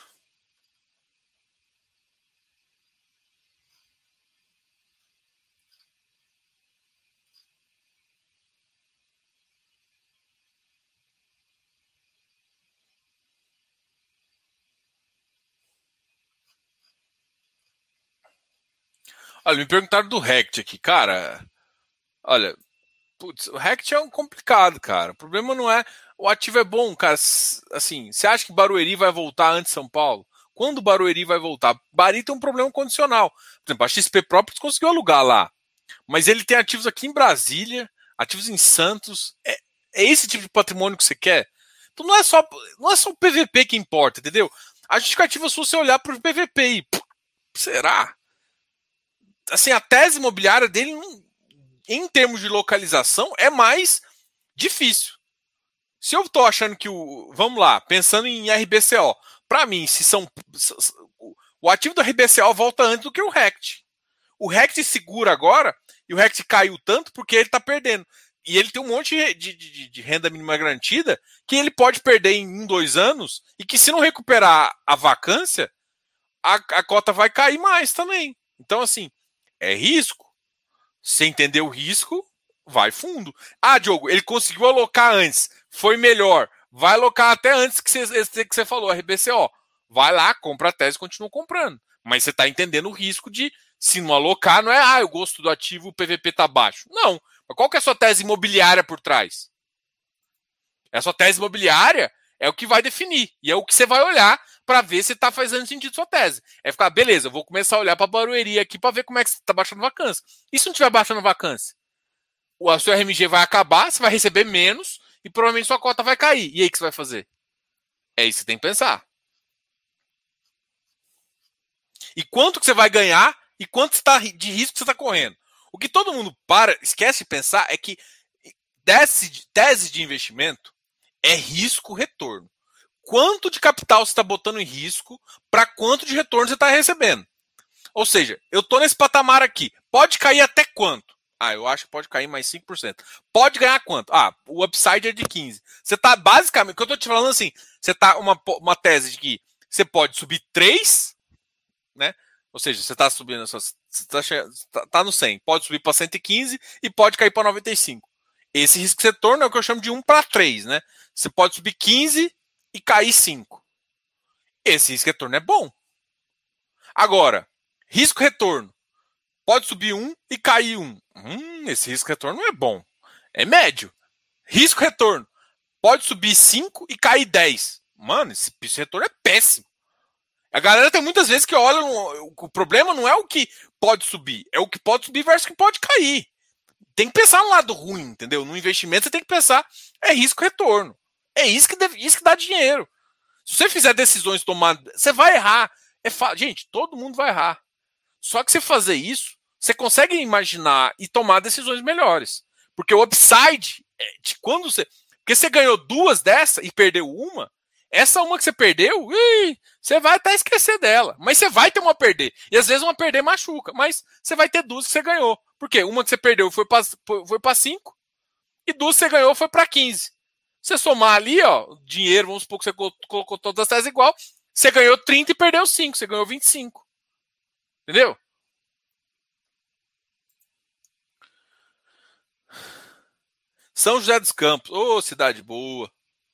A: Olha, me perguntaram do Rect aqui. Cara, olha, putz, o Rect é um complicado, cara. O problema não é... O ativo é bom, cara. Assim, você acha que Barueri vai voltar antes de São Paulo? Quando o Barueri vai voltar? Barueri tem um problema condicional. Por exemplo, a X P Properties conseguiu alugar lá. Mas ele tem ativos aqui em Brasília, ativos em Santos. É, é esse tipo de patrimônio que você quer? Então não é só, não é só o P V P que importa, entendeu? A justificativa é só você olhar para o P V P e... Pô, será? Assim, a tese imobiliária dele, em termos de localização, é mais difícil. Se eu estou achando que o... Vamos lá, pensando em R B C O. Para mim, se são... O ativo do R B C O volta antes do que o Rect. O Rect segura agora e o Rect caiu tanto porque ele está perdendo. E ele tem um monte de, de, de renda mínima garantida que ele pode perder em um, dois anos e que se não recuperar a vacância, a, a cota vai cair mais também. Então, assim, é risco. Se entender o risco, vai fundo. Ah, Diogo, ele conseguiu alocar antes. Foi melhor. Vai alocar até antes que você, que você falou, R B C O. Vai lá, compra a tese e continua comprando. Mas você está entendendo o risco de, se não alocar, não é, ah, eu gosto do ativo, o P V P está baixo. Não. Mas qual que é a sua tese imobiliária por trás? A sua tese imobiliária é o que vai definir. E é o que você vai olhar para ver se está fazendo sentido sua tese. É ficar, beleza, eu vou começar a olhar para a Barueri aqui para ver como é que você está baixando vacância. E se não estiver baixando vacância? O seu R M G vai acabar, você vai receber menos e provavelmente sua cota vai cair. E aí o que você vai fazer? É isso que você tem que pensar. E quanto que você vai ganhar e quanto tá de risco que você está correndo. O que todo mundo para, esquece de pensar é que tese, tese de investimento é risco-retorno. Quanto de capital você está botando em risco para quanto de retorno você está recebendo. Ou seja, eu estou nesse patamar aqui. Pode cair até quanto? Ah, eu acho que pode cair mais cinco por cento. Pode ganhar quanto? Ah, o upside é de quinze por cento. Você está basicamente, o que eu estou te falando assim, você está uma, uma tese de que você pode subir três, né? Ou seja, você está subindo, você está tá, tá no cem, pode subir para cento e quinze e pode cair para noventa e cinco. Esse risco retorno é o que eu chamo de um para três, né? Você pode subir quinze e cair cinco. esse risco-retorno é bom. Agora, risco-retorno. Pode subir um e cair um. Hum, esse risco-retorno não é bom. É médio. Risco-retorno. Pode subir cinco e cair dez. Mano, esse risco-retorno é péssimo. A galera tem muitas vezes que olha, o problema não é o que pode subir, é o que pode subir versus o que pode cair. Tem que pensar no lado ruim, entendeu? No investimento você tem que pensar, é risco-retorno. É isso que, deve, isso que dá dinheiro. Se você fizer decisões tomadas, você vai errar. É fa... Gente, todo mundo vai errar. Só que você fazer isso, você consegue imaginar e tomar decisões melhores. Porque o upside, é de quando você... Porque você ganhou duas dessa e perdeu uma, essa uma que você perdeu, ih, você vai até esquecer dela. Mas você vai ter uma a perder. E às vezes uma a perder machuca. Mas você vai ter duas que você ganhou. Por quê? Uma que você perdeu foi para foi para cinco e duas que você ganhou foi para quinze. Você somar ali, ó, dinheiro, vamos supor que você colocou todas as teses igual, você ganhou trinta e perdeu cinco, você ganhou vinte e cinco. Entendeu? São José dos Campos. Ô, oh, cidade boa.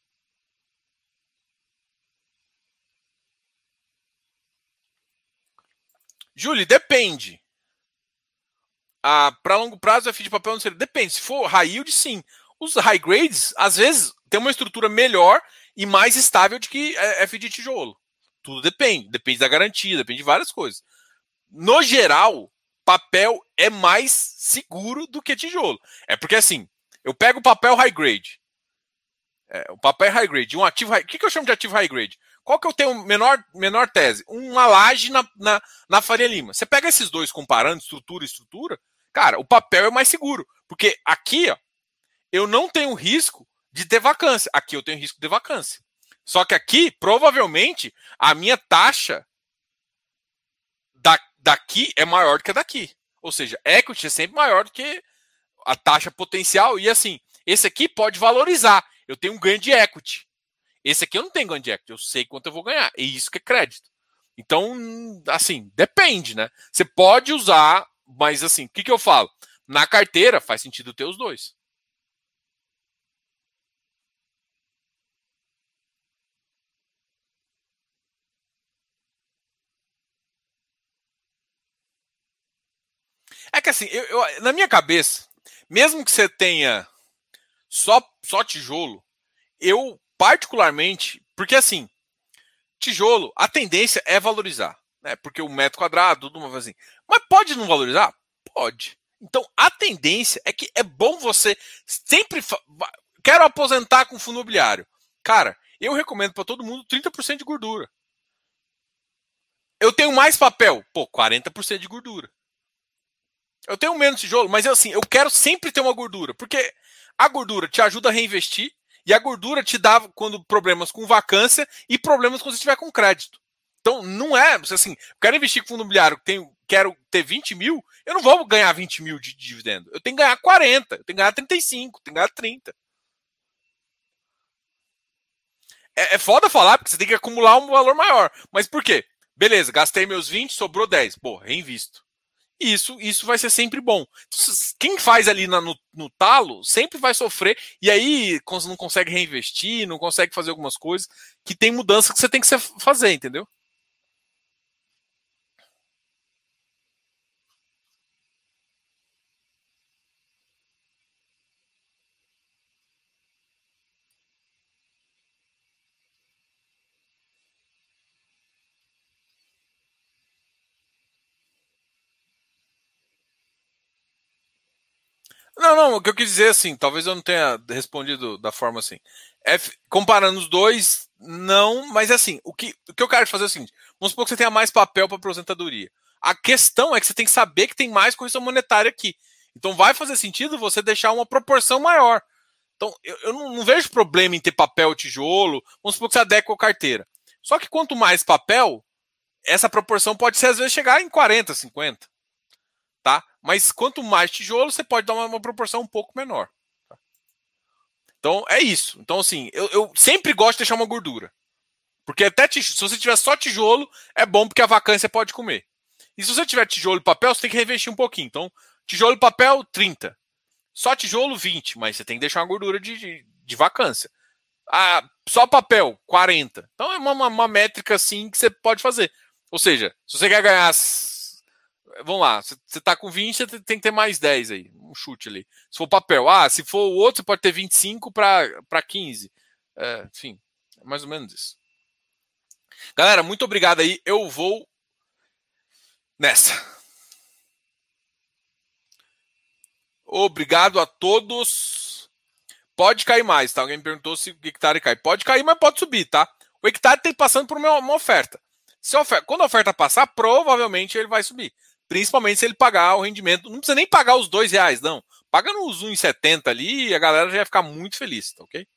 A: Júlio, depende. Ah, para longo prazo, o F de papel não seria. Depende. Se for high yield, sim. Os high grades, às vezes, tem uma estrutura melhor e mais estável do que F de tijolo. Tudo depende. Depende da garantia, depende de várias coisas. No geral, papel é mais seguro do que tijolo. É porque, assim, eu pego o papel high grade. É, o papel high grade. Um ativo high... O que, que eu chamo de ativo high grade? Qual que eu tenho menor, menor tese? Uma laje na, na, na Faria Lima. Você pega esses dois comparando, estrutura e estrutura, cara, o papel é mais seguro. Porque aqui, ó, eu não tenho risco de ter vacância. Aqui eu tenho risco de vacância. Só que aqui, provavelmente, a minha taxa da, daqui é maior do que a daqui. Ou seja, equity é sempre maior do que a taxa potencial. E assim, esse aqui pode valorizar. Eu tenho um ganho de equity. Esse aqui eu não tenho ganho de equity. Eu sei quanto eu vou ganhar. E isso que é crédito. Então, assim, depende, né? Você pode usar, mas assim, o que, que eu falo? Na carteira faz sentido ter os dois. É que assim, eu, eu, na minha cabeça, mesmo que você tenha só, só tijolo, eu particularmente, porque assim, tijolo, a tendência é valorizar, né? Porque o metro quadrado, tudo uma assim. Mas pode não valorizar? Pode. Então, a tendência é que é bom você sempre... Fa... Quero aposentar com fundo imobiliário. Cara, eu recomendo para todo mundo trinta por cento de gordura. Eu tenho mais papel. Pô, quarenta por cento de gordura. Eu tenho menos tijolo, mas assim, eu quero sempre ter uma gordura. Porque a gordura te ajuda a reinvestir e a gordura te dá quando problemas com vacância e problemas quando você estiver com crédito. Então, não é, assim, eu quero investir com fundo imobiliário, tenho, quero ter vinte mil, eu não vou ganhar vinte mil de dividendo. Eu tenho que ganhar quarenta, eu tenho que ganhar trinta e cinco, eu tenho que ganhar trinta. É, é foda falar, porque você tem que acumular um valor maior. Mas por quê? Beleza, gastei meus vinte, sobrou dez. Pô, reinvisto. Isso, isso vai ser sempre bom. Quem faz ali no, no talo sempre vai sofrer e aí não consegue reinvestir, não consegue fazer algumas coisas que tem mudança que você tem que fazer, entendeu? Não, não, o que eu quis dizer assim, talvez eu não tenha respondido da forma assim. F, comparando os dois, não, mas assim, o que, o que eu quero fazer é o seguinte: vamos supor que você tenha mais papel para aposentadoria. A questão é que você tem que saber que tem mais correção monetária aqui. Então vai fazer sentido você deixar uma proporção maior. Então, eu, eu não, não vejo problema em ter papel tijolo, vamos supor que você adequa a carteira. Só que quanto mais papel, essa proporção pode ser, às vezes, chegar em quarenta, cinquenta. Tá? Mas quanto mais tijolo, você pode dar uma, uma proporção um pouco menor. Tá? Então é isso. Então, assim, eu, eu, sempre gosto de deixar uma gordura. Porque até se você tiver só tijolo, é bom porque a vacância pode comer. E se você tiver tijolo e papel, você tem que revestir um pouquinho. Então, tijolo e papel, trinta. Só tijolo, vinte. Mas você tem que deixar uma gordura de, de, de vacância. Ah, só papel, quarenta. Então é uma, uma, uma métrica assim que você pode fazer. Ou seja, se você quer ganhar. Vamos lá, você está com vinte, você tem que ter mais dez aí. Um chute ali. Se for papel, ah, se for o outro, você pode ter vinte e cinco para quinze. É, enfim, é mais ou menos isso. Galera, muito obrigado aí. Eu vou nessa. Obrigado a todos. Pode cair mais, tá? Alguém me perguntou se o hectare cai. Pode cair, mas pode subir, tá? O hectare tem passando por uma, uma oferta. Se a oferta. Quando a oferta passar, provavelmente ele vai subir. Principalmente se ele pagar o rendimento. Não precisa nem pagar os dois reais, não. Paga nos um e setenta ali e a galera já vai ficar muito feliz, tá ok?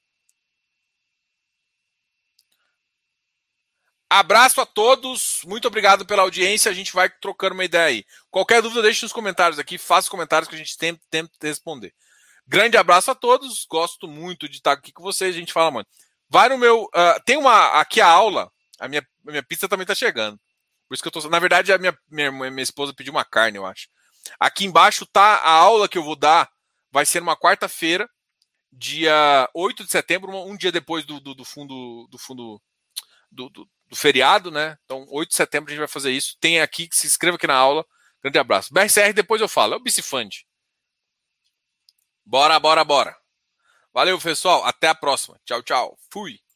A: Abraço a todos, muito obrigado pela audiência. A gente vai trocando uma ideia aí. Qualquer dúvida, deixe nos comentários aqui, faça comentários que a gente tenta, tenta responder. Grande abraço a todos, gosto muito de estar aqui com vocês. A gente fala, mano. Vai no meu. Uh, tem uma. Aqui a aula, a minha, a minha pizza também tá chegando. Por isso que eu tô. Na verdade, a minha, minha, minha esposa pediu uma carne, eu acho. Aqui embaixo tá a aula que eu vou dar. Vai ser numa quarta-feira, dia oito de setembro, um dia depois do, do, do fundo. Do fundo. Do, do, do feriado, né? Então, oito de setembro a gente vai fazer isso. Tem aqui, se inscreva aqui na aula. Grande abraço. B R C R depois eu falo. É o Bicifund. Bora, bora, bora. Valeu, pessoal. Até a próxima. Tchau, tchau. Fui.